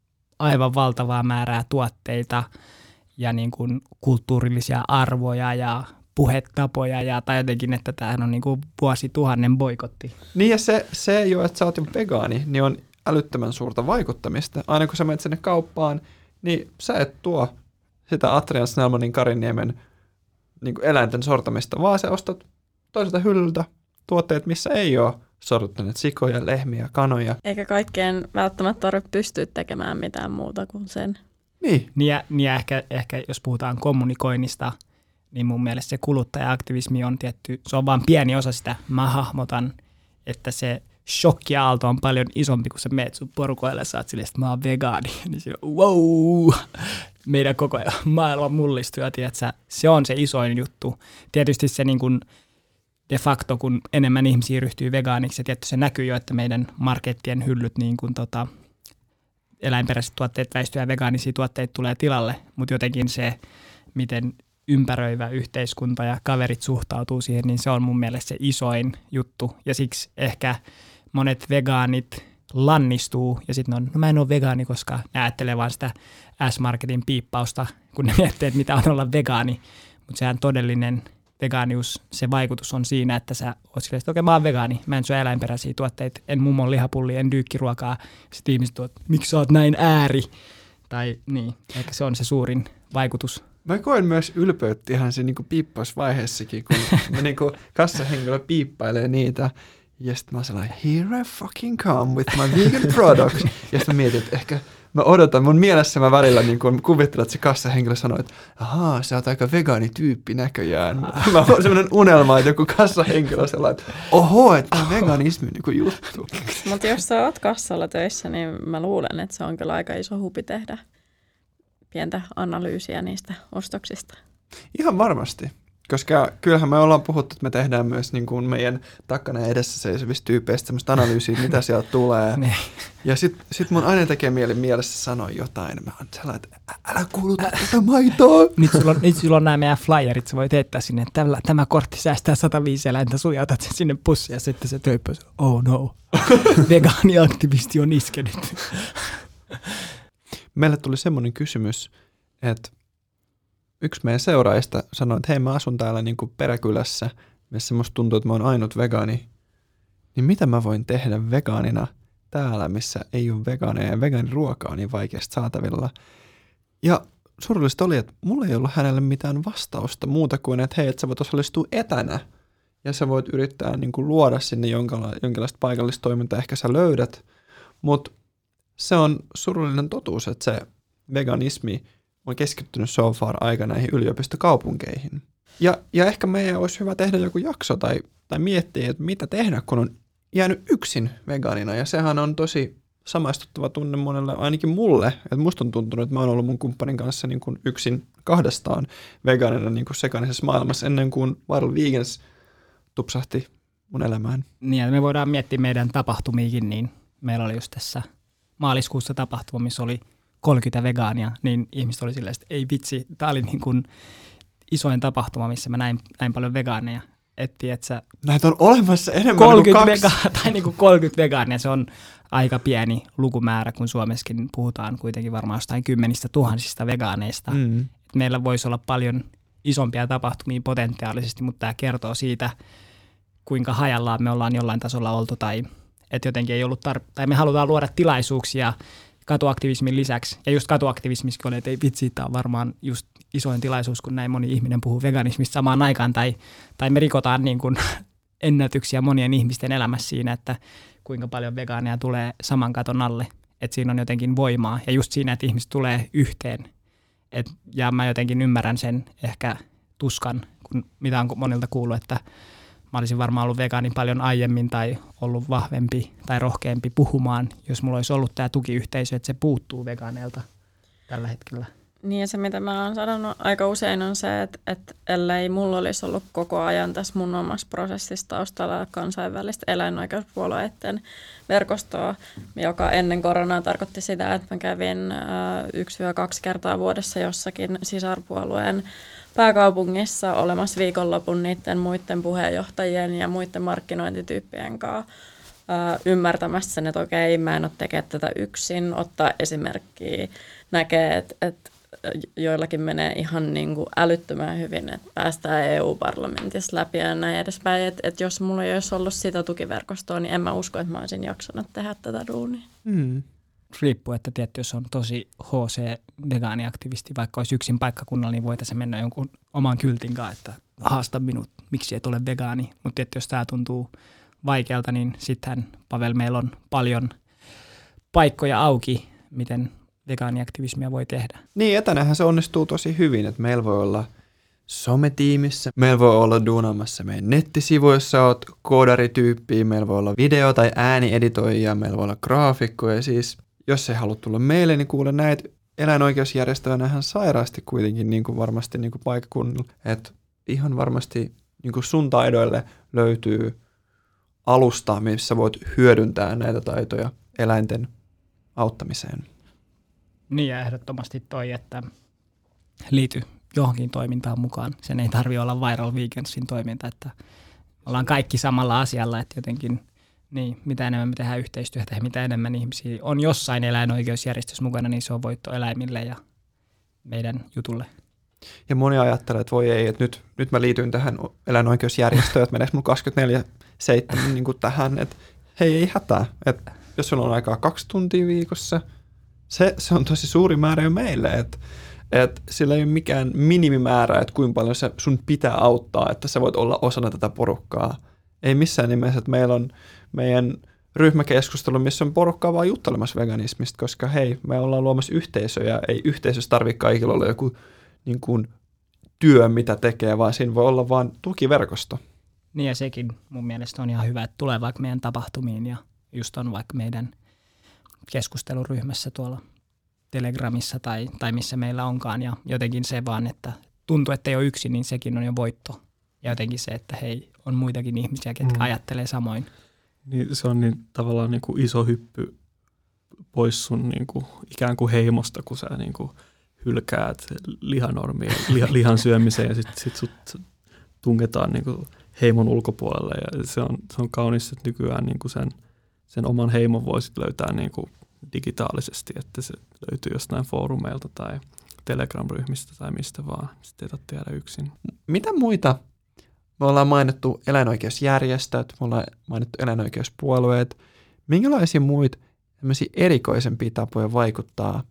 aivan valtavaa määrää tuotteita ja niin kuin kulttuurillisia arvoja ja puhetapoja ja tai jotenkin, että tämähän on niin kuin vuosituhannen boikotti. Niin ja se, se jo, että sä oot jo vegaani, niin on älyttömän suurta vaikuttamista. Aina kun sä menet sinne kauppaan, niin sä et tuo sitä Atrian Snellmanin Kariniemen niin kuin eläinten sortamista, vaan sä ostat toiselta hyllyltä tuotteet, missä ei ole sortuneet sikoja, lehmiä, kanoja. Eikä kaikkeen välttämättä tarvitse pystyä tekemään mitään muuta kuin sen. Niin. Niin ja, niin ja ehkä, ehkä jos puhutaan kommunikoinnista, niin mun mielestä se kuluttaja-aktivismi on tietty, se on vain pieni osa sitä. Mä hahmotan, että se shokkiaalto on paljon isompi, kun sä meet sun porukoille ja saat silleen, että mä oon vegaani. Niin siinä on, wow, meidän koko maailma mullistuu ja tiedätkö, se on se isoin juttu. Tietysti se niin kuin de facto, kun enemmän ihmisiä ryhtyy vegaaniksi, ja tietysti se näkyy jo, että meidän markettien hyllyt niin kuin tota, eläinperäiset tuotteet väistyy ja vegaanisia tuotteita tulee tilalle, mutta jotenkin se, miten ympäröivä yhteiskunta ja kaverit suhtautuu siihen, niin se on mun mielestä se isoin juttu. Ja siksi ehkä monet vegaanit lannistuu ja sitten on, no mä en ole vegaani, koska ne ajattelee vaan sitä S-marketin piippausta, kun ne miettii, että mitä on olla vegaani. Mutta sehän todellinen vegaanius, se vaikutus on siinä, että sä oot silleen, että okei, mä oon vegaani, mä en syö eläinperäisiä tuotteita, en mummon lihapullia, en dyykkiruokaa. Sitten ihmiset tuot, miksi sä oot näin ääri? Tai niin, ehkä se on se suurin vaikutus. Mä koen myös ylpeyttä ihan siinä niin piippausvaiheessakin, kun mä niin kassahenkilö piippailee niitä. Ja sitten mä oon sellainen, here I fucking come with my vegan products. Ja sitten mä mietin, että ehkä mä odotan, mun mielessä mä välillä niin kun kuvittelen, että se kassahenkilö sanoo, että ahaa, sä oot aika vegaanityyppi näköjään. Mä oon sellainen unelma, että joku kassahenkilö sellainen, että oho, että tämä veganismi on niin juttu. Mutta jos sä oot kassalla töissä, niin mä luulen, että se on kyllä aika iso hupi tehdä pientä analyysiä niistä ostoksista. Ihan varmasti, koska kyllähän me ollaan puhuttu, että me tehdään myös niin kuin meidän takana ja edessä seisovista tyypeistä semmoista analyysiä, mitä sieltä tulee. Ja sitten sit mun aina tekee mieli mielessä sanoa jotain. Mä oon sellainen, että älä kuluta tätä maitoa. Nyt sulla on, nyt sulla on nämä meidän flyerit, sä voit heittää sinne, että tämä, tämä kortti säästää sata viisi eläintä, sujautat sen sinne pussiin ja sitten se töyppö, oh no, vegaaniaktivisti on iskenyt. Meille tuli semmoinen kysymys, että yksi meidän seuraajista sanoi, että hei, mä asun täällä niin kuin peräkylässä, missä musta tuntuu, että mä oon ainut vegaani. Niin mitä mä voin tehdä vegaanina täällä, missä ei ole vegaaneja ja vegaaniruokaa on niin vaikeasti saatavilla? Ja surullista oli, että mulla ei ollut hänelle mitään vastausta muuta kuin, että hei, että sä voit osallistua etänä ja sä voit yrittää niin kuin luoda sinne jonkinlaista paikallista toimintaa, ehkä sä löydät, mutta se on surullinen totuus, että se veganismi on keskittynyt so far aika näihin yliopistokaupunkeihin. Ja, ja ehkä meidän olisi hyvä tehdä joku jakso tai, tai miettiä, että mitä tehdä, kun on jäänyt yksin vegaanina. Ja sehän on tosi samaistuttava tunne monelle, ainakin mulle. Että musta on tuntunut, että mä oon ollut mun kumppanin kanssa niin kuin yksin kahdestaan vegaanina niin kuin sekanisessa maailmassa ennen kuin Viral Vegans tupsahti mun elämään. Niin, ja me voidaan miettiä meidän tapahtumiikin, niin meillä oli just tässä maaliskuussa tapahtuma, missä oli kolmekymmentä vegaania, niin ihmiset oli silleen, että ei vitsi, tämä oli niin kuin isoin tapahtuma, missä mä näin, näin paljon vegaaneja. että et sä Näitä on olemassa enemmän kolmekymmentä kuin kaksi. vega- tai niinku kolmekymmentä vegaania, se on aika pieni lukumäärä, kun Suomessakin puhutaan kuitenkin varmaan jostain kymmenistä tuhansista vegaaneista. Mm. Et meillä voisi olla paljon isompia tapahtumia potentiaalisesti, mutta tämä kertoo siitä, kuinka hajallaan me ollaan jollain tasolla oltu tai että jotenkin ei ollut tar- tai me halutaan luoda tilaisuuksia katuaktivismin lisäksi. Ja just katuaktivismiskin oli, että ei vitsi, tämä on varmaan just isoin tilaisuus, kun näin moni ihminen puhuu veganismista samaan aikaan. Tai, tai me rikotaan niin kuin ennätyksiä monien ihmisten elämässä siinä, että kuinka paljon vegaaneja tulee saman katon alle. Että siinä on jotenkin voimaa. Ja just siinä, että ihmiset tulee yhteen. Et, ja mä jotenkin ymmärrän sen ehkä tuskan, kun mitä on monilta kuullut, että mä olisin varmaan ollut vegaani paljon aiemmin tai ollut vahvempi tai rohkeampi puhumaan, jos mulla olisi ollut tämä tukiyhteisö, että se puuttuu vegaaneilta tällä hetkellä. Niin ja se, mitä mä oon sanonut aika usein on se, että, että ellei mulla olisi ollut koko ajan tässä mun omassa prosessissa taustalla kansainvälistä eläinoikeuspuolueiden verkostoa, joka ennen koronaa tarkoitti sitä, että mä kävin yksi ja kaksi kertaa vuodessa jossakin sisarpuolueen pääkaupungissa olemassa viikonlopun niiden muiden puheenjohtajien ja muiden markkinointityyppien kanssa ymmärtämässä sen, että okei, mä en ole tekemään tätä yksin, ottaa esimerkkiä, näkee, että, että joillakin menee ihan niin kuin älyttömän hyvin, että päästään E U-parlamentissa läpi ja näin edespäin, että, että jos mulla ei olisi ollut sitä tukiverkostoa, niin en mä usko, että mä olisin jaksanut tehdä tätä duunia. Mm. Riippuu, että tietty, jos on tosi H C-vegaaniaktivisti, vaikka olisi yksin paikkakunnalla, niin voitaisiin mennä jonkun oman kyltin kanssa, että haasta minut, miksi et ole vegaani. Mutta tietty, jos tämä tuntuu vaikealta, niin sittenhän, Pavel, meillä on paljon paikkoja auki, miten vegaaniaktivismia voi tehdä. Niin, etänähän se onnistuu tosi hyvin, että meillä voi olla sometiimissä, meillä voi olla duunaamassa meidän nettisivu, jos sä oot koodarityyppiä, meillä voi olla video- tai äänieditoijia, meillä voi olla graafikkoja, siis jos ei halua tulla meille, niin kuule näitä eläinoikeusjärjestöjä nähdään sairaasti kuitenkin niin kuin varmasti niin kuin paikkakunnilla, että ihan varmasti niin kuin sun taidoille löytyy alusta, missä voit hyödyntää näitä taitoja eläinten auttamiseen. Niin ja ehdottomasti toi, että liity johonkin toimintaan mukaan. Sen ei tarvitse olla Viral Weekendsin toiminta, että ollaan kaikki samalla asialla, että jotenkin niin, mitä enemmän me tehdään yhteistyötä ja mitä enemmän ihmisiä on jossain eläinoikeusjärjestössä mukana, niin se on voitto eläimille ja meidän jutulle. Ja moni ajattelee, että voi ei, että nyt, nyt mä liityin tähän eläinoikeusjärjestöön, että meneekö mulla kaksikymmentäneljä seitsemän niin kuin tähän, että hei, ei hätää, että jos sulla on aikaa kaksi tuntia viikossa, se, se on tosi suuri määrä jo meille, että, että sillä ei ole mikään minimimäärä, että kuinka paljon se sun pitää auttaa, että sä voit olla osana tätä porukkaa. Ei missään nimessä, että meillä on meidän ryhmäkeskustelu, missä on porukkaa vaan juttelemassa veganismista, koska hei, me ollaan luomassa yhteisöjä, ei yhteisössä tarvitse kaikilla olla joku niin kuin työ, mitä tekee, vaan siinä voi olla vaan tukiverkosto. Niin ja sekin mun mielestä on ihan hyvä, että tulee vaikka meidän tapahtumiin ja just on vaikka meidän keskusteluryhmässä tuolla Telegramissa tai, tai missä meillä onkaan ja jotenkin se vaan, että tuntuu, että ei ole yksin, niin sekin on jo voitto. Ja jotenkin se, että hei, on muitakin ihmisiä, ketkä mm. ajattelee samoin. Niin, se on niin, tavallaan niin kuin iso hyppy pois sun niin kuin, ikään kuin heimosta, kun sä niin kuin hylkäät lihanormia, liha, lihan syömiseen ja sitten sit sut tungetaan niin kuin heimon ulkopuolelle. Ja se on, se on kaunis, että nykyään niin kuin sen, sen oman heimon voisit löytää niin kuin digitaalisesti, että se löytyy jostain foorumeilta tai Telegram-ryhmistä tai mistä vaan. Sitten ei tarvitse jäädä yksin. Mitä muita? Me ollaan mainittu eläinoikeusjärjestöt, me ollaan mainittu eläinoikeuspuolueet. Minkälaisia muita erikoisempia tapoja vaikuttaa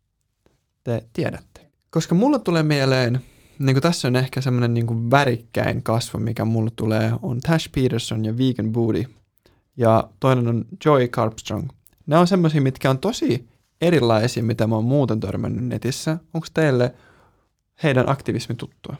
te tiedätte? Koska mulle tulee mieleen, niin kuin tässä on ehkä semmoinen niin kuin värikkäin kasvo, mikä mulle tulee, on Tash Peterson ja Vegan Booty. Ja toinen on Joy Carpstrong. Nämä on semmoisia, mitkä on tosi erilaisia, mitä mä oon muuten törmännyt netissä. Onko teille heidän aktivismi tuttua?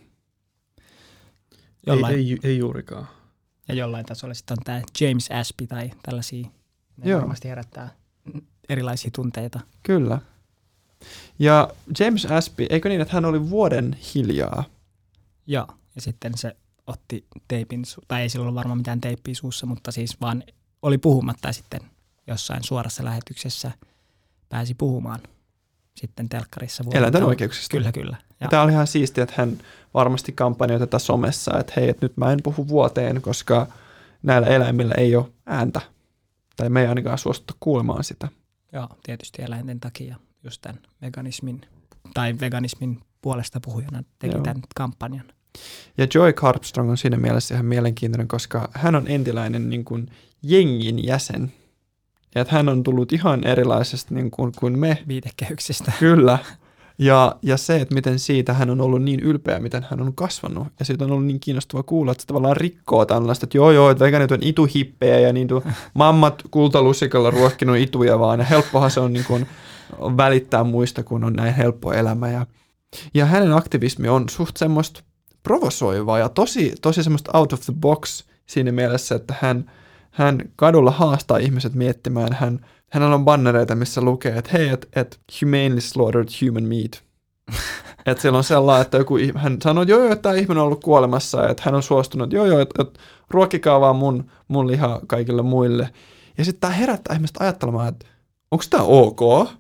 Ei, ei, ei juurikaan. Ja jollain tasolla sitten on tämä James Aspey tai tällaisia. Ne Joo. varmasti herättää erilaisia tunteita. Kyllä. Ja James Aspey, eikö niin, että hän oli vuoden hiljaa? Joo, ja sitten se otti teipin, tai ei sillä ollut varmaan mitään teippiä suussa, mutta siis vaan oli puhumatta ja sitten jossain suorassa lähetyksessä pääsi puhumaan. sitten telkkarissa. Eläinten oikeuksista. Kyllä, kyllä. Ja tämä oli ihan siistiä, että hän varmasti kampanjoi tätä somessa, että hei, että nyt mä en puhu vuoteen, koska näillä eläimillä ei ole ääntä. Tai me ei ainakaan suostuttu kuulemaan sitä. Joo, tietysti eläinten takia just tämän veganismin tai veganismin puolesta puhujana teki Joo. tämän kampanjan. Ja Joy Karpstrong on siinä mielessä ihan mielenkiintoinen, koska hän on entiläinen niin kuin jengin jäsen. Ja että hän on tullut ihan erilaisesta niin kuin, kuin me. Viitekehyksestä. Kyllä. Ja, ja se, että miten siitä hän on ollut niin ylpeä, miten hän on kasvanut. Ja siitä on ollut niin kiinnostava kuulla, että se tavallaan rikkoo tällaista, että joo joo, että veganit on ituhippejä ja niin mammat kultalusikalla ruokkinut ituja vaan. Ja helppohan se on niin kuin välittää muista, kun on näin helppo elämä. Ja, ja hänen aktivismi on suht semmoista provosoivaa ja tosi, tosi semmoista out of the box siinä mielessä, että hän, hän kadulla haastaa ihmiset miettimään. Hän, hänellä on bannereita, missä lukee, että hei, että et humanely slaughtered human meat. Että siellä on sellainen, että joku, hän sanoo, että joo, joo, että tämä ihminen on ollut kuolemassa ja että hän on suostunut, joo, joo, että, että ruokikaa vaan mun, mun liha kaikille muille. Ja sitten tämä herättää ihmiset ajattelemaan, että onko tämä ok?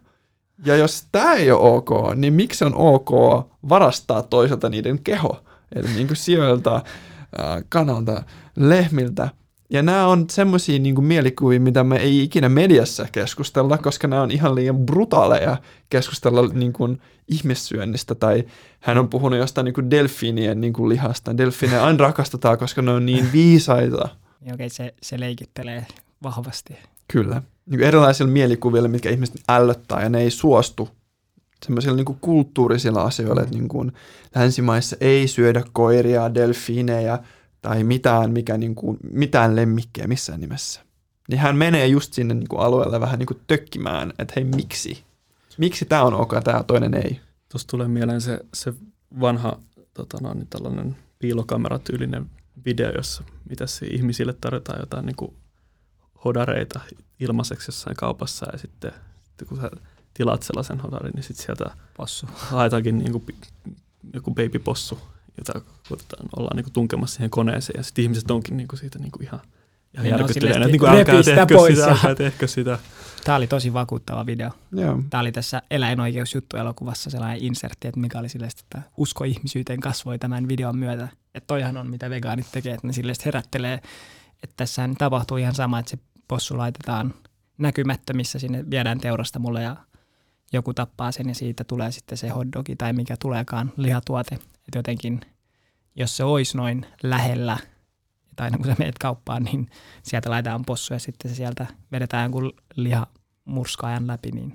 Ja jos tämä ei ole ok, niin miksi on ok varastaa toiselta niiden keho? Eli niin kuin sijoilta, kanalta, lehmiltä. Ja nämä on semmoisia niin kuin mielikuvia, mitä me ei ikinä mediassa keskustella, koska nämä on ihan liian brutaaleja keskustella niin kuin ihmissyönnistä. Tai hän on puhunut jostain niin kuin delfiinien niin kuin lihasta. Delfiinejä aina rakastetaan, koska ne on niin viisaita. Okei, se, se leikittelee vahvasti. Kyllä. Niin kuin erilaisilla mielikuvilla, mitkä ihmiset ällöttää ja ne ei suostu semmoisilla niin kuin kulttuurisilla asioilla, että niin kuin länsimaissa ei syödä koiria, delfiinejä tai mitään, mikä niin kuin, mitään lemmikkejä missään nimessä. Niin hän menee just sinne niin kuin alueelle vähän niin kuin tökkimään, että hei, miksi? Miksi tämä on ok, tämä toinen ei? Tuossa tulee mieleen se, se vanha tota no, niin tällainen piilokameratyylinen video, jossa mitä ihmisille tarjotaan jotain niin kuin hodareita ilmaiseksi jossain kaupassa ja sitten kun sä tilaat sellaisen hodarin, niin sitten sieltä possu. haetaankin niin kuin joku babypossu, jota koitetaan, ollaan niin kuin tunkemassa siihen koneeseen ja sitten ihmiset onkin niin kuin siitä niin kuin ihan, ihan järkyttyneenä, että niin älkää tehkö sitä, älkää tehkö sitä. Tämä oli tosi vakuuttava video. Joo. Tämä oli tässä eläinoikeusjuttu-elokuvassa sellainen insertti, että mikä oli silleen, että usko ihmisyyteen kasvoi tämän videon myötä. Että toihan on, mitä vegaanit tekee, että ne silleen herättelee, että tässähän tapahtuu ihan sama, että se possu laitetaan näkymättömissä, sinne viedään teurastamolle ja joku tappaa sen ja siitä tulee sitten se hotdogi tai mikä tuleekaan lihatuote. Että jotenkin, jos se olisi noin lähellä, tai aina kun sä menet kauppaan, niin sieltä laitetaan possu ja sitten se sieltä vedetään jonkun lihamurskaajan läpi, niin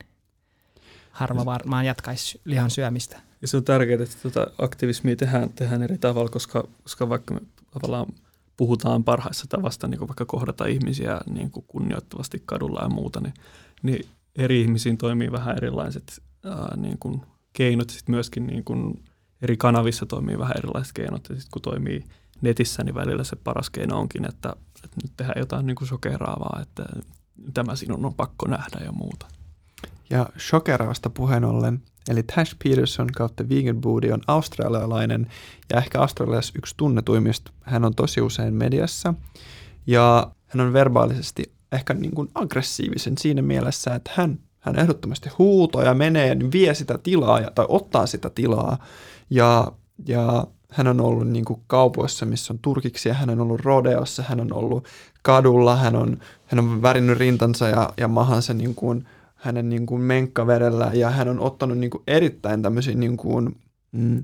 harva varmaan jatkaisi lihan syömistä. Ja se on tärkeää, että tuota aktivismia tehdään, tehdään eri tavalla, koska, koska vaikka me tavallaan puhutaan parhaissa tavasta, niin kuin vaikka kohdata ihmisiä niin kuin kunnioittavasti kadulla ja muuta, niin, niin eri ihmisiin toimii vähän erilaiset ää, niin kuin keinot. Sitten myöskin niin kuin eri kanavissa toimii vähän erilaiset keinot. Ja sitten kun toimii netissä, niin välillä se paras keino onkin, että, että nyt tehdään jotain niin kuin shokeraavaa, että tämä sinun on pakko nähdä ja muuta. Ja shokeraavasta puheen ollen, eli Tash Peterson kautta Vegan Booty on australialainen ja ehkä Australiassa yksi tunnetuimmista. Hän on tosi usein mediassa ja hän on verbaalisesti ehkä niin kuin aggressiivisen siinä mielessä, että hän, hän ehdottomasti huutoo ja menee ja vie sitä tilaa tai ottaa sitä tilaa ja, ja hän on ollut niin kuin kaupoissa, missä on turkiksia, hän on ollut rodeossa, hän on ollut kadulla, hän on, hän on värinnyt rintansa ja, ja mahansa niin kuin hänen niin kuin menkkaverellä ja hän on ottanut niin kuin erittäin tämmöisiä niin kuin, mm,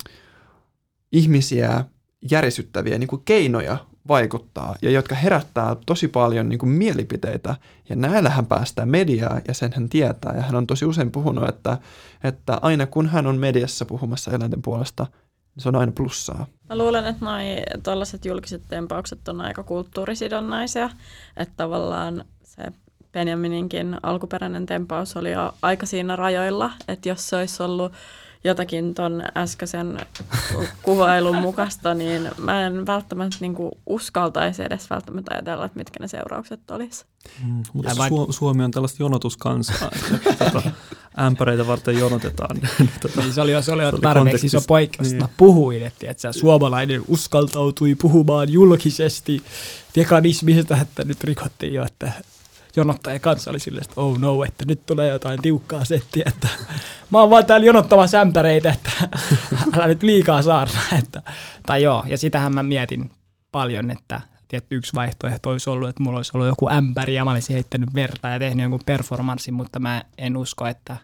ihmisiä järisyttäviä niin kuin keinoja vaikuttaa ja jotka herättää tosi paljon niin kuin mielipiteitä ja näillähän päästään mediaa ja sen hän tietää ja hän on tosi usein puhunut, että, että aina kun hän on mediassa puhumassa eläinten puolesta, se on aina plussaa. Mä luulen, että noi tuollaiset julkiset tempaukset on aika kulttuurisidonnaisia, että tavallaan se Benjamininkin alkuperäinen tempaus oli jo aika siinä rajoilla, että jos se olisi ollut jotakin ton äskeisen kuvailun mukaista, niin mä en välttämättä niinku uskaltaisi edes välttämättä ajatella, että mitkä ne seuraukset olisi. Mm, mutta Su- Suomi on tällaista jonotuskansaa, että tota, ämpäreitä varten jonotetaan. tota, niin se oli jo, se oli jo tarpeeksi iso poikkeus. Niin. Mä puhuin, että, että suomalainen uskaltautui puhumaan julkisesti veganismista, että nyt rikottiin jo, että jonottaja kanssa oli silleen, että oh no, että nyt tulee jotain tiukkaa settiä, että mä oon vaan täällä jonottamassa ämpäreitä, että älä nyt liikaa saarna. Että, tai joo, ja sitähän mä mietin paljon, että tietty yksi vaihtoehto olisi ollut, että mulla olisi ollut joku ämpäri ja mä olisin heittänyt verta ja tehnyt jonkun performanssin, mutta mä en usko, että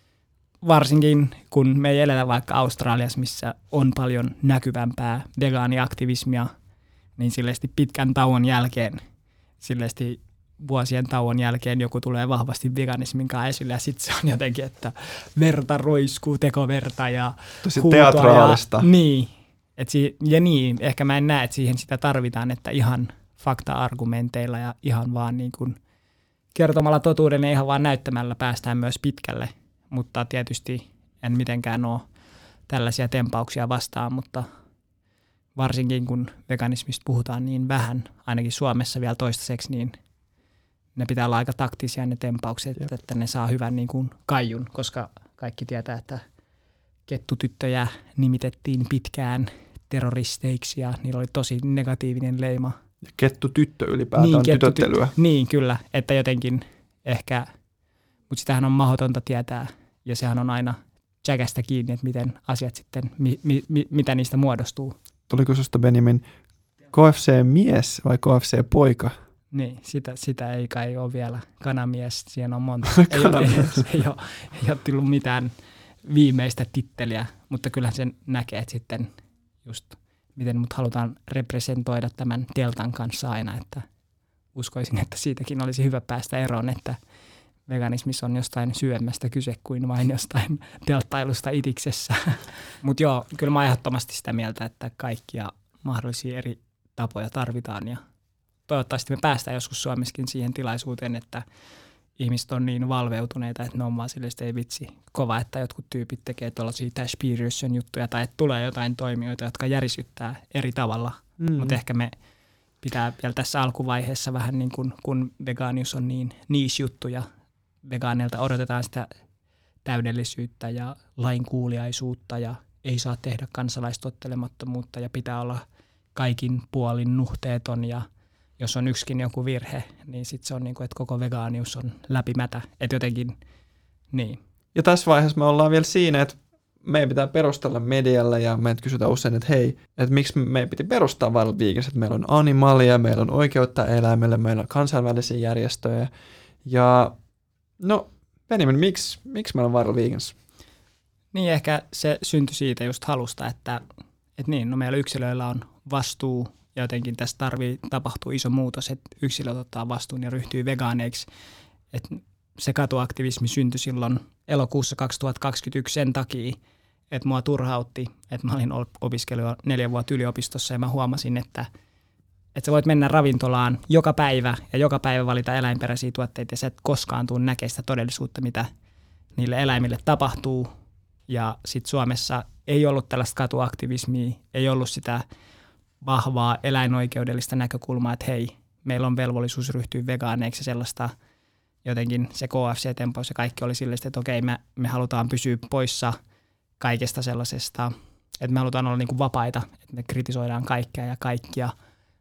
varsinkin kun me ei eletä vaikka Australiassa, missä on paljon näkyvämpää vegaaniaktivismia, niin silleesti pitkän tauon jälkeen, silleesti vuosien tauon jälkeen joku tulee vahvasti veganismin kanssa esille ja sitten se on jotenkin, että verta roiskuu, tekoverta ja tosi huutoa teatraalista. Ja, niin, et si- ja niin, ehkä mä en näe, että siihen sitä tarvitaan, että ihan fakta-argumenteilla ja ihan vaan niin kuin kertomalla totuuden ja ihan vaan näyttämällä päästään myös pitkälle. Mutta tietysti en mitenkään ole tällaisia tempauksia vastaan, mutta varsinkin kun veganismista puhutaan niin vähän, ainakin Suomessa vielä toistaiseksi, niin ne pitää olla aika taktisia ne tempaukset, Jep. että ne saa hyvän niin kuin kaijun, koska kaikki tietää, että kettutyttöjä nimitettiin pitkään terroristeiksi ja niillä oli tosi negatiivinen leima. Ja kettutyttö ylipäätään niin, on tytöttelyä. Tyttö, niin, kyllä, että jotenkin ehkä, mutta sitähän on mahdotonta tietää ja sehän on aina jäkästä kiinni, että miten asiat sitten, mi, mi, mi, mitä niistä muodostuu. Tuliko sinusta Benjamin K F C-mies vai K F C-poika? Niin, sitä, sitä ei kai ole vielä. Kanamies, siinä on monta. ei, ole, ei, ei, ole, ei ole tullut mitään viimeistä titteliä, mutta kyllähän sen näkee, että sitten just miten mut halutaan representoida tämän teltan kanssa aina, että uskoisin, että siitäkin olisi hyvä päästä eroon, että veganismissa on jostain syömästä kyse kuin vain jostain telttailusta itiksessä. Mutta joo, kyllä mä ehdottomasti sitä mieltä, että kaikkia mahdollisia eri tapoja tarvitaan ja toivottavasti me päästään joskus Suomessakin siihen tilaisuuteen, että ihmiset on niin valveutuneita, että ne on vaan silleen, että ei vitsi, kova, että jotkut tyypit tekee tuollaisia Tash Peterson juttuja tai että tulee jotain toimijoita, jotka järisyttää eri tavalla. Mm. Mutta ehkä me pitää vielä tässä alkuvaiheessa vähän niin kuin, kun vegaanius on niin niche-juttu ja vegaaneilta odotetaan sitä täydellisyyttä ja lainkuuliaisuutta ja ei saa tehdä kansalaistottelemattomuutta ja pitää olla kaikin puolin nuhteeton ja jos on yksikin joku virhe, niin sitten se on niin kuin, että koko vegaanius on läpimätä. Että jotenkin, niin. Ja tässä vaiheessa me ollaan vielä siinä, että meidän pitää perustella medialle ja meitä kysytään usein, että hei, että miksi meidän piti perustaa Viral Vegans, että meillä on animalia, meillä on oikeutta eläimelle, meillä on kansainvälisiä järjestöjä. Ja no, Benjamin, miksi, miksi meillä on Viral Vegans? Niin ehkä se syntyi siitä just halusta, että, että niin, no meillä yksilöillä on vastuu ja jotenkin tässä tarvii tapahtua iso muutos, että yksilöt ottaa vastuun ja ryhtyy vegaaneiksi. Että se katuaktivismi syntyi silloin elokuussa kaksituhattakaksikymmentäyksi sen takia, että mua turhautti, että mä olin opiskellut jo neljä vuotta yliopistossa ja mä huomasin, että, että sä voit mennä ravintolaan joka päivä ja joka päivä valita eläinperäisiä tuotteita ja sä et koskaan tule näkemään sitä todellisuutta, mitä niille eläimille tapahtuu. Ja sitten Suomessa ei ollut tällaista katuaktivismia, ei ollut sitä vahvaa eläinoikeudellista näkökulmaa, että hei, meillä on velvollisuus ryhtyä vegaaneiksi ja sellaista jotenkin se K F C-tempoissa kaikki oli silleen, että okei, me, me halutaan pysyä poissa kaikesta sellaisesta, että me halutaan olla niin kuin vapaita, että me kritisoidaan kaikkea ja kaikkia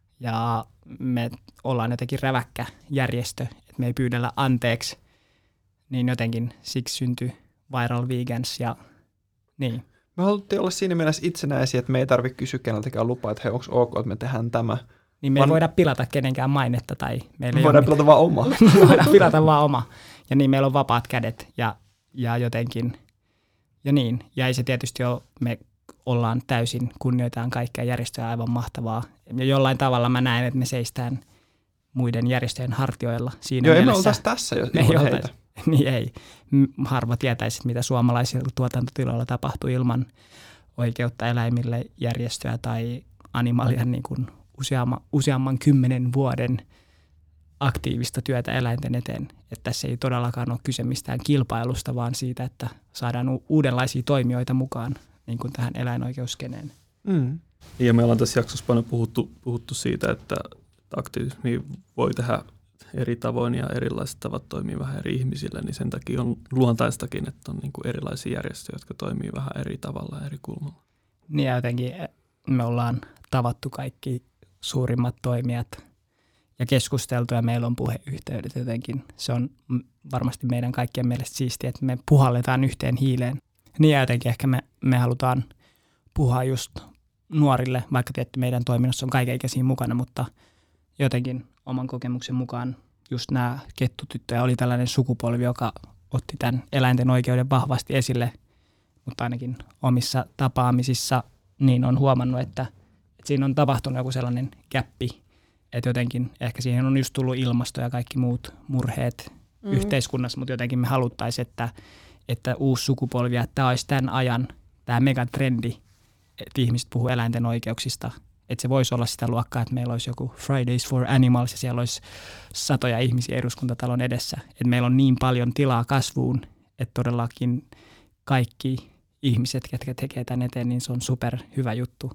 ja me ollaan jotenkin räväkkä järjestö, että me ei pyydellä anteeksi, niin jotenkin siksi syntyi Viral Vegans ja niin. Me haluttiin olla siinä mielessä itsenäisiä, että me ei tarvitse kysyä keneltäkään lupaa, että hei, onko ok, että me tehdään tämä. Niin me ei Van... voida pilata kenenkään mainetta tai meillä me voidaan pilata vaan oma. me voidaan pilata vaan oma. Ja niin meillä on vapaat kädet ja, ja jotenkin, ja niin. Ja ei se tietysti ole, me ollaan täysin, kunnioitetaan kaikkea järjestöä aivan mahtavaa. Ja jollain tavalla mä näen, että me seistään muiden järjestöjen hartioilla siinä Joo, mielessä. Joo, emme oltaisi tässä, jos me ilman ei heitä. Niin ei. Harva tietäisi, mitä suomalaisilla tuotantotiloilla tapahtuu ilman oikeutta eläimille järjestöä tai animalian niin kuin useamman, useamman kymmenen vuoden aktiivista työtä eläinten eteen. Että tässä ei todellakaan ole kyse mistään kilpailusta, vaan siitä, että saadaan u- uudenlaisia toimijoita mukaan niin kuin tähän eläinoikeuskeneen. Mm. Ja me ollaan tässä jaksossa paljon puhuttu, puhuttu siitä, että aktivismi voi tehdä eri tavoin ja erilaiset tavat toimii vähän eri ihmisille, niin sen takia on luontaistakin, että on niin kuin erilaisia järjestöjä, jotka toimii vähän eri tavalla eri kulmalla. Niin ja jotenkin me ollaan tavattu kaikki suurimmat toimijat ja keskusteltu ja meillä on puheyhteydet jotenkin. Se on varmasti meidän kaikkien mielestä siistiä, että me puhalletaan yhteen hiileen. Niin ja jotenkin ehkä me, me halutaan puhua just nuorille, vaikka tietty meidän toiminnassa on kaikenikäisiä mukana, mutta jotenkin oman kokemuksen mukaan just nämä kettutyttöjä oli tällainen sukupolvi, joka otti tämän eläinten oikeuden vahvasti esille, mutta ainakin omissa tapaamisissa niin on huomannut, että, että siinä on tapahtunut joku sellainen gäppi, että jotenkin ehkä siihen on just tullut ilmasto ja kaikki muut murheet mm. yhteiskunnassa, mutta jotenkin me haluttaisiin, että, että uusi sukupolvi, että tämä olisi tämän ajan, tämä megatrendi, että ihmiset puhuu eläinten oikeuksista, että se voisi olla sitä luokkaa, että meillä olisi joku Fridays for Animals ja siellä olisi satoja ihmisiä eduskuntatalon edessä. Että meillä on niin paljon tilaa kasvuun, että todellakin kaikki ihmiset, ketkä tekee tämän eteen, niin se on super hyvä juttu.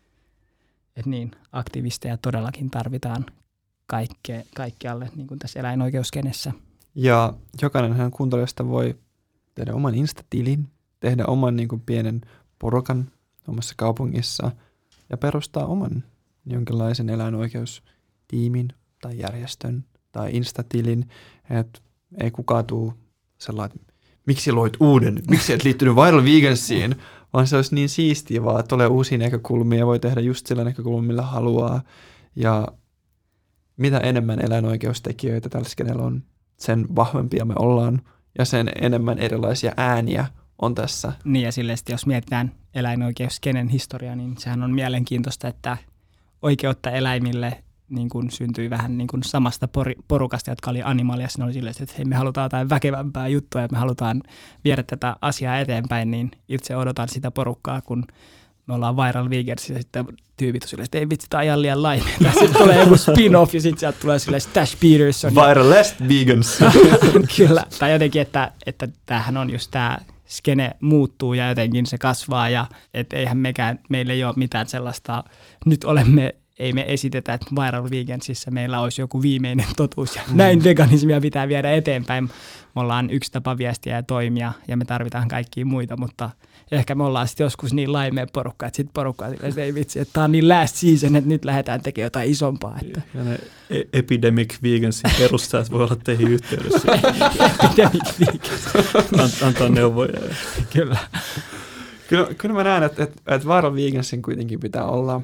Että niin, aktivisteja todellakin tarvitaan kaikke, kaikkialle, niin kuin tässä eläinoikeuskenessä. Ja jokainenhan kuuntelijasta voi tehdä oman Insta-tilin, tehdä oman niin kuin pienen porukan omassa kaupungissa ja perustaa oman jonkinlaisen eläinoikeustiimin tai järjestön tai Insta-tilin. Että ei kukaan tule sellainen, miksi loit uuden, miksi et liittynyt Viral Vegansiin, vaan se olisi niin siistiä vaan, että tulee uusia näkökulmia, voi tehdä just sillä näkökulmilla, millä haluaa. Ja mitä enemmän eläinoikeustekijöitä tällä skenellä on, sen vahvempia me ollaan ja sen enemmän erilaisia ääniä on tässä. Niin ja silleen, jos mietitään eläinoikeuskenen historiaa, niin sehän on mielenkiintoista, että oikeutta eläimille niin kuin syntyi vähän niin kuin samasta porukasta, jotka oli Animalia. Siinä oli silleen, että hei, me halutaan jotain väkevämpää juttua ja me halutaan viedä tätä asiaa eteenpäin, niin itse odotan sitä porukkaa, kun me ollaan Viral Vegans ja sitten tyypit on silleen, että ei vitsi, tämä on ihan liian laimea. Sitten tulee joku spin-off ja sitten sieltä tulee silleen Stash Peterson. Viralest Vegans. Kyllä, tai jotenkin, että, että tämähän on just tämä skene muuttuu ja jotenkin se kasvaa ja et eihän mekään, meillä ei ole mitään sellaista, nyt olemme, ei me esitetä, että Viral Vegansissa meillä olisi joku viimeinen totuus ja mm. näin veganismia pitää viedä eteenpäin. Me ollaan yksi tapa viestiä ja toimia ja me tarvitaan kaikkia muita, mutta ehkä me ollaan sitten joskus niin laimea porukka, että sitten porukka on silleen, että ei vitsi, että tämä on niin last season, että nyt lähdetään tekemään jotain isompaa. Että. Ja ne Epidemic Vegansin perustajat voi olla teihin yhteydessä. Epidemic Vegans. Antaa neuvoja. Kyllä. Kyllä, kyllä mä näen, että, että, että Viral Vegansin kuitenkin pitää olla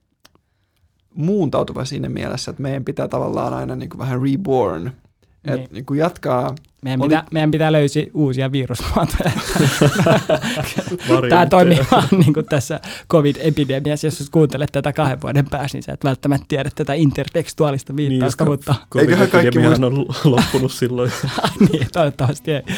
muuntautuva siinä mielessä, että meidän pitää tavallaan aina niin kuin vähän reborn, niin. Että niin kuin jatkaa. Meidän, oli... pitää, meidän pitää löysiä uusia virusmuotoja. Tämä toimii vaan niin kuin tässä covid-epidemiassa. Jos kuuntelet tätä kahden vuoden päässä, niin sä et välttämättä tiedä tätä intertekstuaalista viittausta. Niin, mutta... covid-epidemiahan on loppunut silloin. Niin, toivottavasti ei.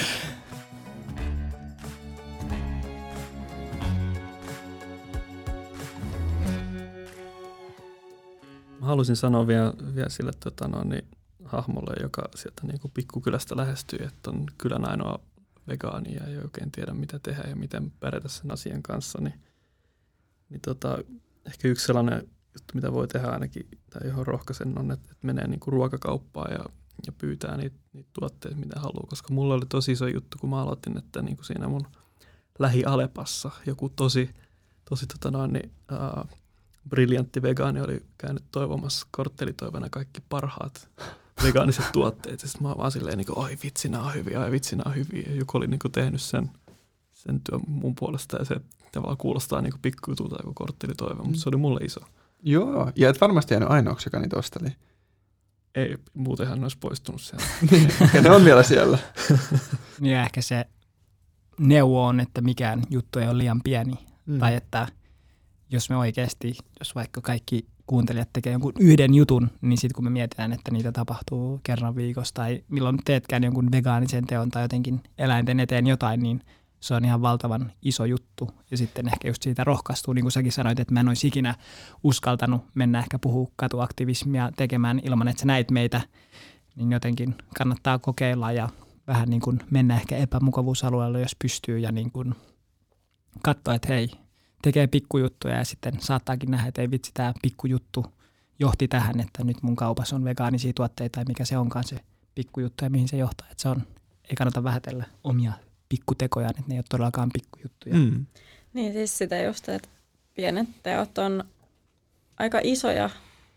Mä haluaisin sanoa vielä, vielä sille tota, no, niin, hahmolle, joka sieltä niin kuin pikkukylästä lähestyy, että on kylän ainoa vegaani ja ei oikein tiedä, mitä tehdä ja miten pärjätä sen asian kanssa. Niin, niin tota, ehkä yksi sellainen juttu, mitä voi tehdä ainakin, tai johon rohkaisen, on, että, että menee niin kuin ruokakauppaan ja, ja pyytää niitä, niitä tuotteita, mitä haluaa. Koska mulla oli tosi iso juttu, kun mä aloitin, että niin kuin siinä mun lähi-Alepassa joku tosi, tosi tota noin, niin, uh, briljantti vegaani oli käynyt toivomassa korttelitoivana kaikki parhaat vegaaniset tuotteet. Ja sitten mä vaan silleen, niin kuin, oi vitsi, nämä on hyviä, oi vitsi, nämä on hyviä. Ja joku oli niin kuin tehnyt sen, sen työn mun puolesta ja se tavallaan kuulostaa niin kuin pikkujutulta joku korttelitoive, mutta se oli mulle iso. Joo, ja et varmasti jäänyt ainoaksi, joka niitä osteli. Ei, muutenhan ne olisi poistunut sieltä. Ja ne on vielä siellä. Ja ehkä se neuvo on, että mikään juttu ei ole liian pieni. Mm. Tai että jos me oikeasti, jos vaikka kaikki kuuntelijat tekee jonkun yhden jutun, niin sitten kun me mietitään, että niitä tapahtuu kerran viikossa tai milloin teetkään jonkun vegaanisen teon tai jotenkin eläinten eteen jotain, niin se on ihan valtavan iso juttu. Ja sitten ehkä just siitä rohkaistuu, niin kuin säkin sanoit, että mä en olisi ikinä uskaltanut mennä ehkä puhua katuaktivismia tekemään ilman, että sä näit meitä, niin jotenkin kannattaa kokeilla ja vähän niin kuin mennä ehkä epämukavuusalueelle, jos pystyy ja niin kuin katsoa, että hei, tekee pikkujuttuja ja sitten saattaakin nähdä, että ei vitsi, tämä pikkujuttu johti tähän, että nyt mun kaupassa on vegaanisia tuotteita tai mikä se onkaan se pikkujuttu ja mihin se johtaa. Että se on, ei kannata vähätellä omia pikkutekojaan, että ne ei ole todellakaan pikkujuttuja. Mm. Niin siis sitä just, että pienet teot on aika isoja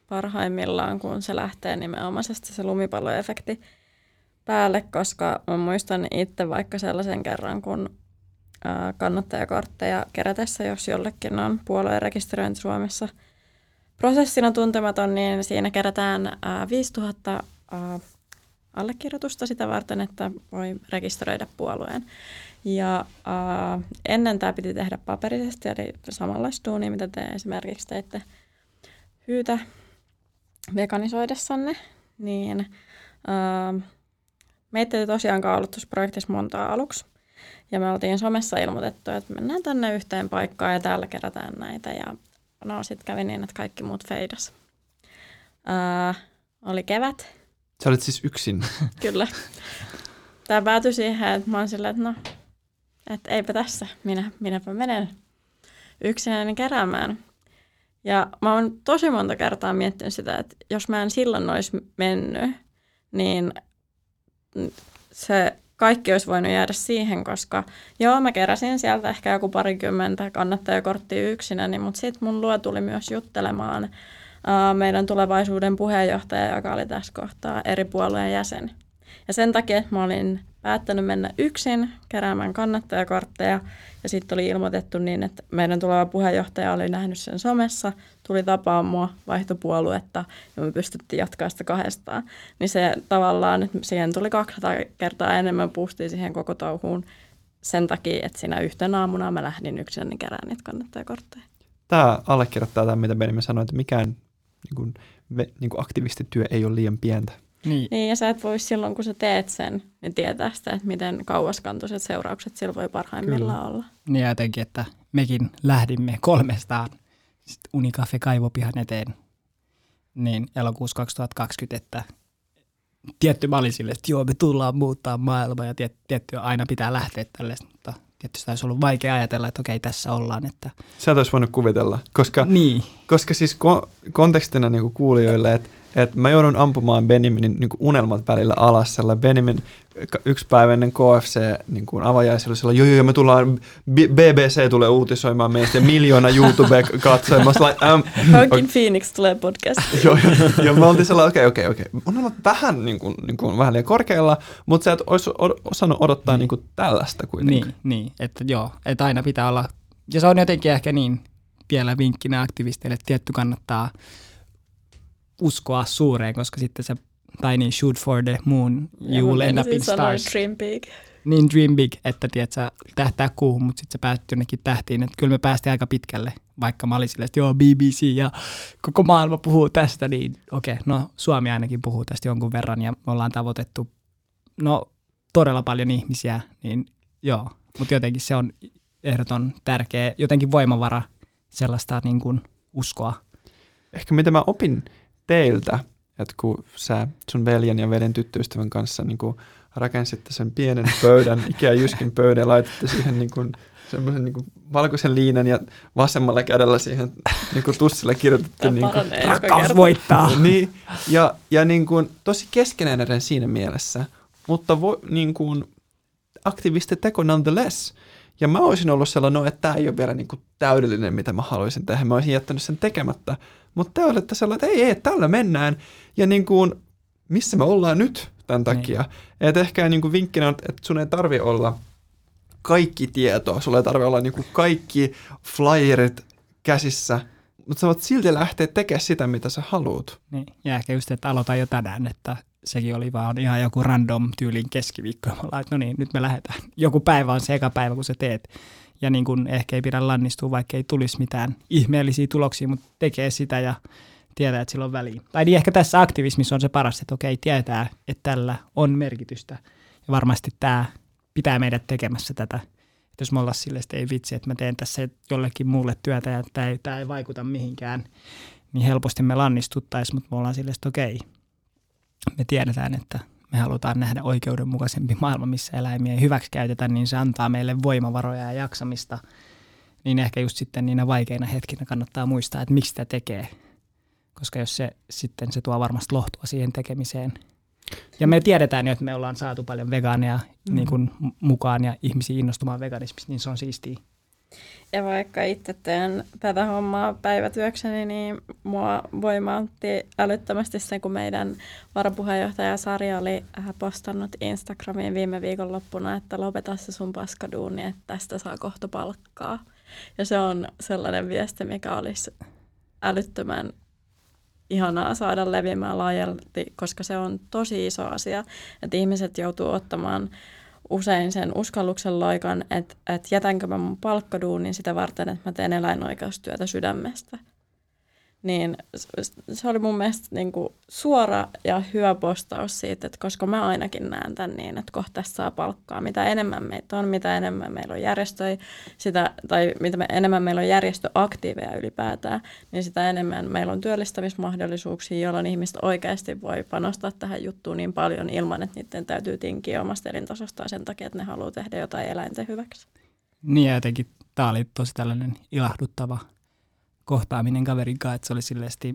parhaimmillaan, kun se lähtee nimenomaisesti se lumipalloefekti päälle, koska mä muistan itse vaikka sellaisen kerran, kun ää, kannattajakortteja kerätessä, jos jollekin on puolueen rekisteröinti Suomessa prosessina tuntematon, niin siinä kerätään ää, viisituhatta ää, allekirjoitusta sitä varten, että voi rekisteröidä puolueen. Ja ää, ennen tämä piti tehdä paperisesti, eli samanlaista duunia, mitä te esimerkiksi teitte Hyytä veganisoidessanne, niin ää, meitä ei tosiaan kaulutusprojektissa montaa aluksi. Ja me oltiin somessa ilmoitettu, että mennään tänne yhteen paikkaan ja täällä kerätään näitä. Ja no sitten kävi niin, että kaikki muut feidas. Ää, oli kevät. Sä olit siis yksin. Kyllä. Tämä päätyi siihen, että mä oon silleen, että no, että eipä tässä, minä, minäpä menen yksinäni keräämään. Ja mä oon tosi monta kertaa miettinyt sitä, että jos mä en silloin olisi mennyt, niin se kaikki olisi voinut jäädä siihen, koska joo, mä keräsin sieltä ehkä joku parikymmentä kannattajakorttia yksinäni, mutta sitten mun luo tuli myös juttelemaan uh, meidän tulevaisuuden puheenjohtaja, joka oli tässä kohtaa eri puolueen jäsen. Ja sen takia, että mä olin päättänyt mennä yksin keräämään kannattajakortteja ja sitten oli ilmoitettu niin, että meidän tuleva puheenjohtaja oli nähnyt sen somessa, tuli tapaa mua, vaihtopuoluetta ja me pystyttiin jatkaa sitä kahdestaan. Niin se tavallaan, että siihen tuli kaksisataa kertaa enemmän boostia siihen koko touhuun sen takia, että siinä yhtenä aamuna mä lähdin yksin niin kerään niitä kannattajakortteja. Tämä allekirjoittaa tämän, mitä Benjamin sanoi, että mikään niin kuin, niin kuin aktivistityö ei ole liian pientä. Niin. niin, ja sä et voi silloin, kun sä teet sen, niin tietää sitä, että miten kauaskantoiset seuraukset sillä voi parhaimmillaan Kyllä. olla. Niin ja jotenkin, että mekin lähdimme kolmestaan Unicafe kaivopihan eteen niin elokuussa kaksituhattakaksikymmentä, että tietty mä olin sille, että joo, me tullaan muuttaa maailmaa ja tietty aina pitää lähteä tällaista, mutta tietysti olisi ollut vaikea ajatella, että okei, tässä ollaan. Että sä et olisi voinut kuvitella, koska, niin. koska siis ko- kontekstina niin kuin kuulijoille, että et mä joudun ampumaan Benjaminin niin kuin unelmat välillä alas. Sellainen Benjamin yksi päivä ennen K F C niin kuin avajaisilla oli sellainen, joo, joo, me tullaan, B B C tulee uutisoimaan meistä ja miljoona YouTube-katsoja. Joaquin okay. Phoenix tulee podcastiin. Joo, ja me oltiin sellainen, okei, okei, okei. Unelmat vähän, niin kuin, niin kuin, vähän liian korkealla, mutta sä et olisi osannut odottaa niin. Niin kuin tällaista kuitenkin. Niin, niin, että joo, että aina pitää olla, ja se on jotenkin ehkä niin vielä vinkkinä aktivisteille, että tietty kannattaa uskoa suureen, koska sitten se, tai niin, shoot for the moon, you will end up in stars. Dream big. Niin, dream big, että tiedät, sä tähtää kuuhun, mutta sitten sä pääset jonnekin tähtiin. Että kyllä me päästiin aika pitkälle, vaikka mä olin silleen, että joo, B B C ja koko maailma puhuu tästä, niin okei, okay, no Suomi ainakin puhuu tästä jonkun verran ja me ollaan tavoitettu, no todella paljon ihmisiä, niin joo, mutta jotenkin se on ehdoton tärkeä, jotenkin voimavara sellaista niin kuin uskoa. Ehkä mitä mä opin teiltä, että kun sä sun veljen ja veljen tyttöystävän kanssa niin kun rakensitte sen pienen pöydän, Ikea Jyskin pöydän ja laititte siihen niin kun semmoisen niin kun valkoisen liinan ja vasemmalla kädellä siihen niin kun tussilla kirjoitettiin niin kun, rakkaus voittaa. Niin, ja, ja niin kun, tosi keskeneräinen siinä mielessä, mutta vo, niin kun, aktivistiteko nonetheless. Ja mä olisin ollut sellainen, no, että tämä ei ole vielä niin kuin täydellinen, mitä mä haluaisin tehdä. Mä olisin jättänyt sen tekemättä. Mutta te olette sellainen, että ei, ei, tällä mennään. Ja niin kuin, missä me ollaan nyt tämän takia. Niin. Että ehkä niin kuin vinkkinä on, että sun ei tarvitse olla kaikki tietoa. Sulla ei tarvitse olla niin kuin kaikki flyerit käsissä. Mutta sä voit silti lähteä tekemään sitä, mitä sä haluat. Niin. Ja ehkä just, että aloita jo tänään, että sekin oli vaan ihan joku random tyylin keskiviikko. Mä ollaan, että no niin, nyt me lähdetään. Joku päivä on se eka päivä, kun sä teet. Ja niin kun ehkä ei pidä lannistua, vaikka ei tulisi mitään ihmeellisiä tuloksia, mutta tekee sitä ja tietää, että sillä on väliä. Tai niin ehkä tässä aktivismissa on se paras, että okei, tietää, että tällä on merkitystä. Ja varmasti tämä pitää meidät tekemässä tätä. Että jos me ollaan silleen, että ei vitsi, että mä teen tässä jollekin muulle työtä ja tämä ei, tämä ei vaikuta mihinkään, niin helposti me lannistuttaisiin, mutta me ollaan silleen, että okei, me tiedetään, että me halutaan nähdä oikeudenmukaisempi maailma, missä eläimiä ei hyväksikäytetä, niin se antaa meille voimavaroja ja jaksamista. Niin ehkä just sitten niinä vaikeina hetkinä kannattaa muistaa, että miksi sitä tekee. Koska jos se sitten se tuo varmasti lohtua siihen tekemiseen. Ja me tiedetään jo, että me ollaan saatu paljon vegaaneja mm. niin kuin mukaan ja ihmisiä innostumaan veganismista, niin se on siistiä. Ja vaikka itse teen tätä hommaa päivätyökseni, niin mua voimautti älyttömästi se, kun meidän varapuheenjohtaja Sari oli postannut Instagramiin viime viikonloppuna, että lopeta se sun paskaduuni, että tästä saa kohta palkkaa. Ja se on sellainen viesti, mikä olisi älyttömän ihanaa saada leviämään laajalti, koska se on tosi iso asia, että ihmiset joutuu ottamaan usein sen uskalluksen loikan, että, että jätänkö mä mun palkkaduunin sitä varten, että mä teen eläinoikeustyötä sydämestä. Niin se oli mun mielestä niin kuin suora ja hyvä postaus siitä, että koska mä ainakin näen tämän niin, että kohta tästä saa palkkaa. Mitä enemmän meitä on, mitä enemmän meillä on järjestöjä, sitä, tai mitä me, enemmän meillä on järjestöaktiiveja ylipäätään, niin sitä enemmän meillä on työllistämismahdollisuuksia, jolloin ihmiset oikeasti voi panostaa tähän juttuun niin paljon ilman, että niiden täytyy tinkiä omasta elintasostaan sen takia, että ne haluaa tehdä jotain eläinten hyväksi. Niin ja jotenkin tämä oli tosi tällainen ilahduttava kohtaaminen kaverin kanssa, että se oli silleesti,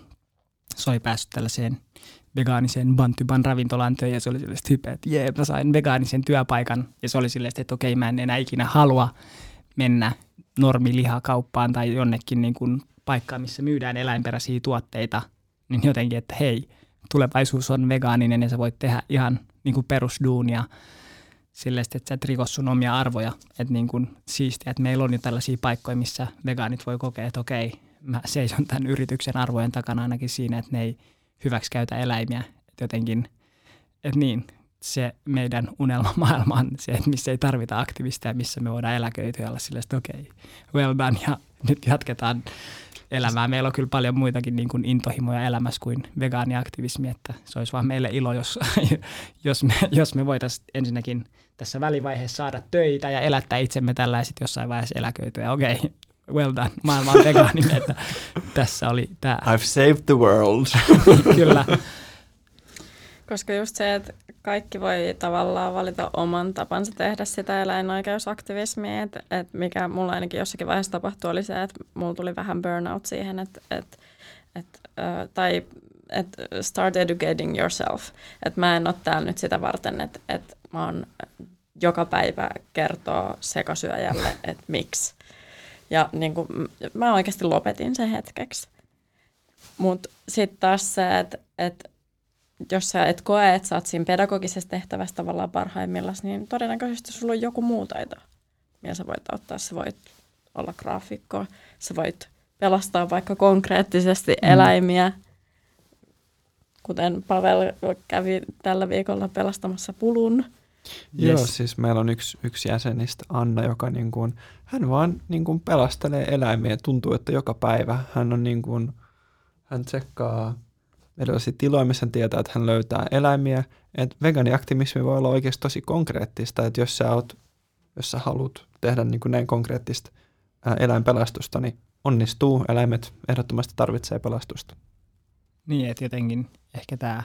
se oli päässyt tällaiseen vegaaniseen Bantuban ravintolaan töihin ja se oli silleesti hypeä, että jee, mä sain vegaanisen työpaikan ja se oli silleesti, että okei, mä en enää ikinä halua mennä normilihakauppaan tai jonnekin niin kuin paikkaan, missä myydään eläinperäisiä tuotteita, niin jotenkin, että hei, tulevaisuus on vegaaninen ja sä voit tehdä ihan niin kuin perusduunia silleen, että sä et rikos sun omia arvoja. Että niin kuin siistiä, että meillä on jo tällaisia paikkoja, missä vegaanit voi kokea, että okei, mä seison tämän yrityksen arvojen takana ainakin siinä, että ne ei hyväksikäytä eläimiä. Että jotenkin, että niin, se meidän unelmamaailma on se, että missä ei tarvita aktivisteja, missä me voidaan eläköityä ja olla silleen, että okei, well done ja nyt jatketaan elämää. Meillä on kyllä paljon muitakin niin kuin intohimoja elämässä kuin vegaaniaktivismi, että se olisi vaan meille ilo, jos, jos me, jos me voitaisiin ensinnäkin tässä välivaiheessa saada töitä ja elättää itsemme tällä ja sitten jossain vaiheessa eläköityä. Okei, well done, maailma on vegaaninen, että tässä oli tämä. I've saved the world. Kyllä. Koska just se, että kaikki voi tavallaan valita oman tapansa tehdä sitä eläinoikeusaktivismia, että, että mikä mulla ainakin jossakin vaiheessa tapahtui, oli se, että mulla tuli vähän burnout siihen, että, että, että äh, tai että start educating yourself. Että mä en ole täällä nyt sitä varten, että, että mä oon joka päivä kertoo sekasyöjälle, että miksi. Ja niin kuin, mä oikeasti lopetin sen hetkeksi. Mutta sitten taas se, että, että jos sä et koe, että sä oot siinä pedagogisessa tehtävässä tavallaan parhaimmillaan, niin todennäköisesti sulla on joku muu taito, millä sä voit auttaa. Sä voit olla graafikko, sä voit pelastaa vaikka konkreettisesti mm. eläimiä, kuten Pavel kävi tällä viikolla pelastamassa pulun. Yes. Joo, siis meillä on yksi, yksi jäsenistä, Anna, joka niin kuin, hän vaan niin kuin pelastelee eläimiä. Tuntuu, että joka päivä hän on niin kuin, hän tsekkaa erilaisia tiloja, missä hän tietää, että hän löytää eläimiä. Et vegaaniaktivismi voi olla oikeasti tosi konkreettista, että jos sä, oot, jos sä haluat tehdä niin kuin näin konkreettista ää, eläinpelastusta, niin onnistuu. Eläimet ehdottomasti tarvitsee pelastusta. Niin, että jotenkin ehkä tämä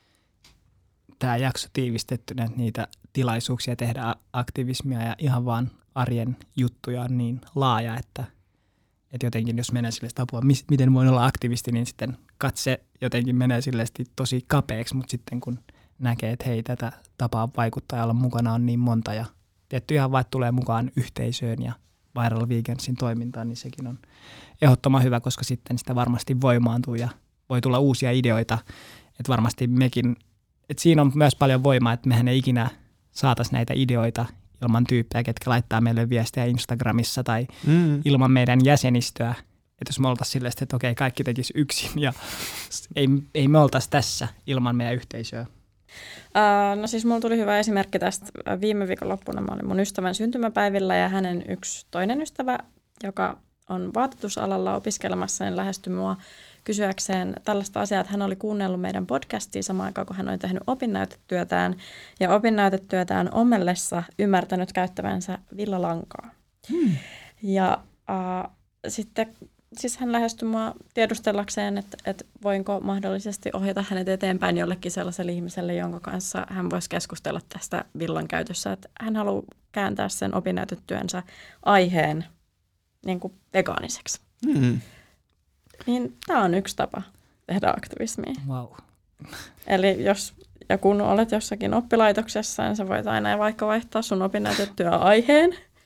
tämä jakso tiivistettynä, että niitä tilaisuuksia tehdä aktivismia ja ihan vaan arjen juttuja on niin laaja, että, että jotenkin jos menee sille apua, miten voin olla aktivisti, niin sitten katse jotenkin menee silleesti tosi kapeaksi, mutta sitten kun näkee, että hei, tätä tapaa vaikuttaa ja olla mukana on niin monta ja tietty ihan vaan tulee mukaan yhteisöön ja Viral Vegansin toimintaan, niin sekin on ehdottoman hyvä, koska sitten sitä varmasti voimaantuu ja voi tulla uusia ideoita, että varmasti mekin, että siinä on myös paljon voimaa, että mehän ei ikinä saataisi näitä ideoita ilman tyyppejä, ketkä laittaa meille viestejä Instagramissa tai mm. ilman meidän jäsenistöä. Että jos me oltaisiin silleen, että okei, kaikki tekisi yksin ja ei, ei me oltaisi tässä ilman meidän yhteisöä. Uh, no siis mulla tuli hyvä esimerkki tästä viime viikonloppuna. Mä olin mun ystävän syntymäpäivillä ja hänen yksi toinen ystävä, joka on vaatetusalalla opiskelemassa, niin lähestyi mua kysyäkseen tällaista asiaa, että hän oli kuunnellut meidän podcastia samaan aikaan, kun hän oli tehnyt opinnäytetyötään. Ja opinnäytetyötään ommellessa ymmärtänyt käyttävänsä villalankaa. Hmm. Ja uh, sitten siis hän lähestyi mua tiedustellakseen, että, että voinko mahdollisesti ohjata hänet eteenpäin jollekin sellaiselle ihmiselle, jonka kanssa hän voisi keskustella tästä villan käytössä. Että hän haluaa kääntää sen opinnäytetyönsä aiheen niin kuin vegaaniseksi. Hmm. Niin tämä on yksi tapa tehdä aktivismia. Wow. Eli jos ja kun olet jossakin oppilaitoksessa, niin sä voit aina vaikka vaihtaa sun opinnäytetyö aiheen.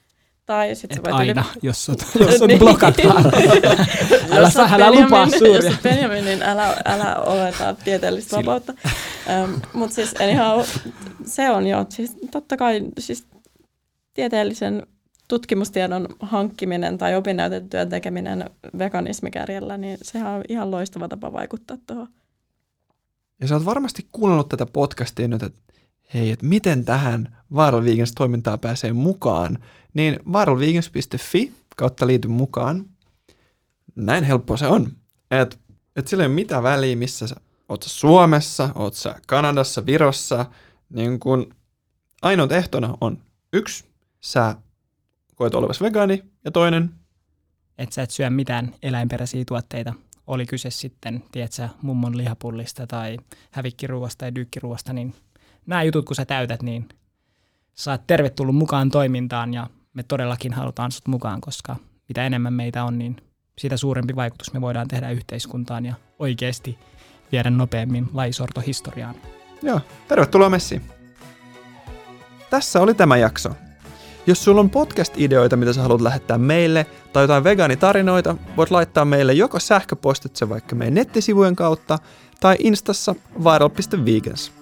Tai sit sä Et voit aina, yli... jos sut, jos sut Niin. blokataan. älä, Jos saa, oot älä lupaa Benjamin- suuria. Jos oot Benjamin, niin älä, älä oleta tieteellistä Sillä- vapautta. Ähm, Mutta siis anyhow, se on jo, siis totta kai siis tieteellisen tutkimustiedon hankkiminen tai opinnäytetyön tekeminen veganismikärjellä, niin sehän on ihan loistava tapa vaikuttaa tuohon. Ja sä oot varmasti kuunnellut tätä podcastia nyt, että hei, että miten tähän Viral Vegans toimintaa pääsee mukaan, niin viralvegans piste fi kautta liity mukaan. Näin helppoa se on. Että et sillä ei ole mitään väliä, missä sä oot sä Suomessa, oot sä Kanadassa, Virossa, niin kun ainoa ehtona on yksi, sä koet olevasi vegaani, ja toinen, Että sä et syö mitään eläinperäisiä tuotteita. Oli kyse sitten, tiedätkö, mummon lihapullista tai hävikkiruuasta tai dyykkiruuasta, niin nämä jutut kun sä täytät, niin sä oot tervetullut mukaan toimintaan ja me todellakin halutaan sut mukaan, koska mitä enemmän meitä on, niin sitä suurempi vaikutus me voidaan tehdä yhteiskuntaan ja oikeasti viedä nopeammin lajisortohistoriaan. joo, tervetuloa messiin. Tässä oli tämä jakso. Jos sulla on podcast-ideoita, mitä sä haluat lähettää meille, tai jotain vegaanitarinoita, voit laittaa meille joko sähköpostitse vaikka meidän nettisivujen kautta, tai instassa viral piste vegans.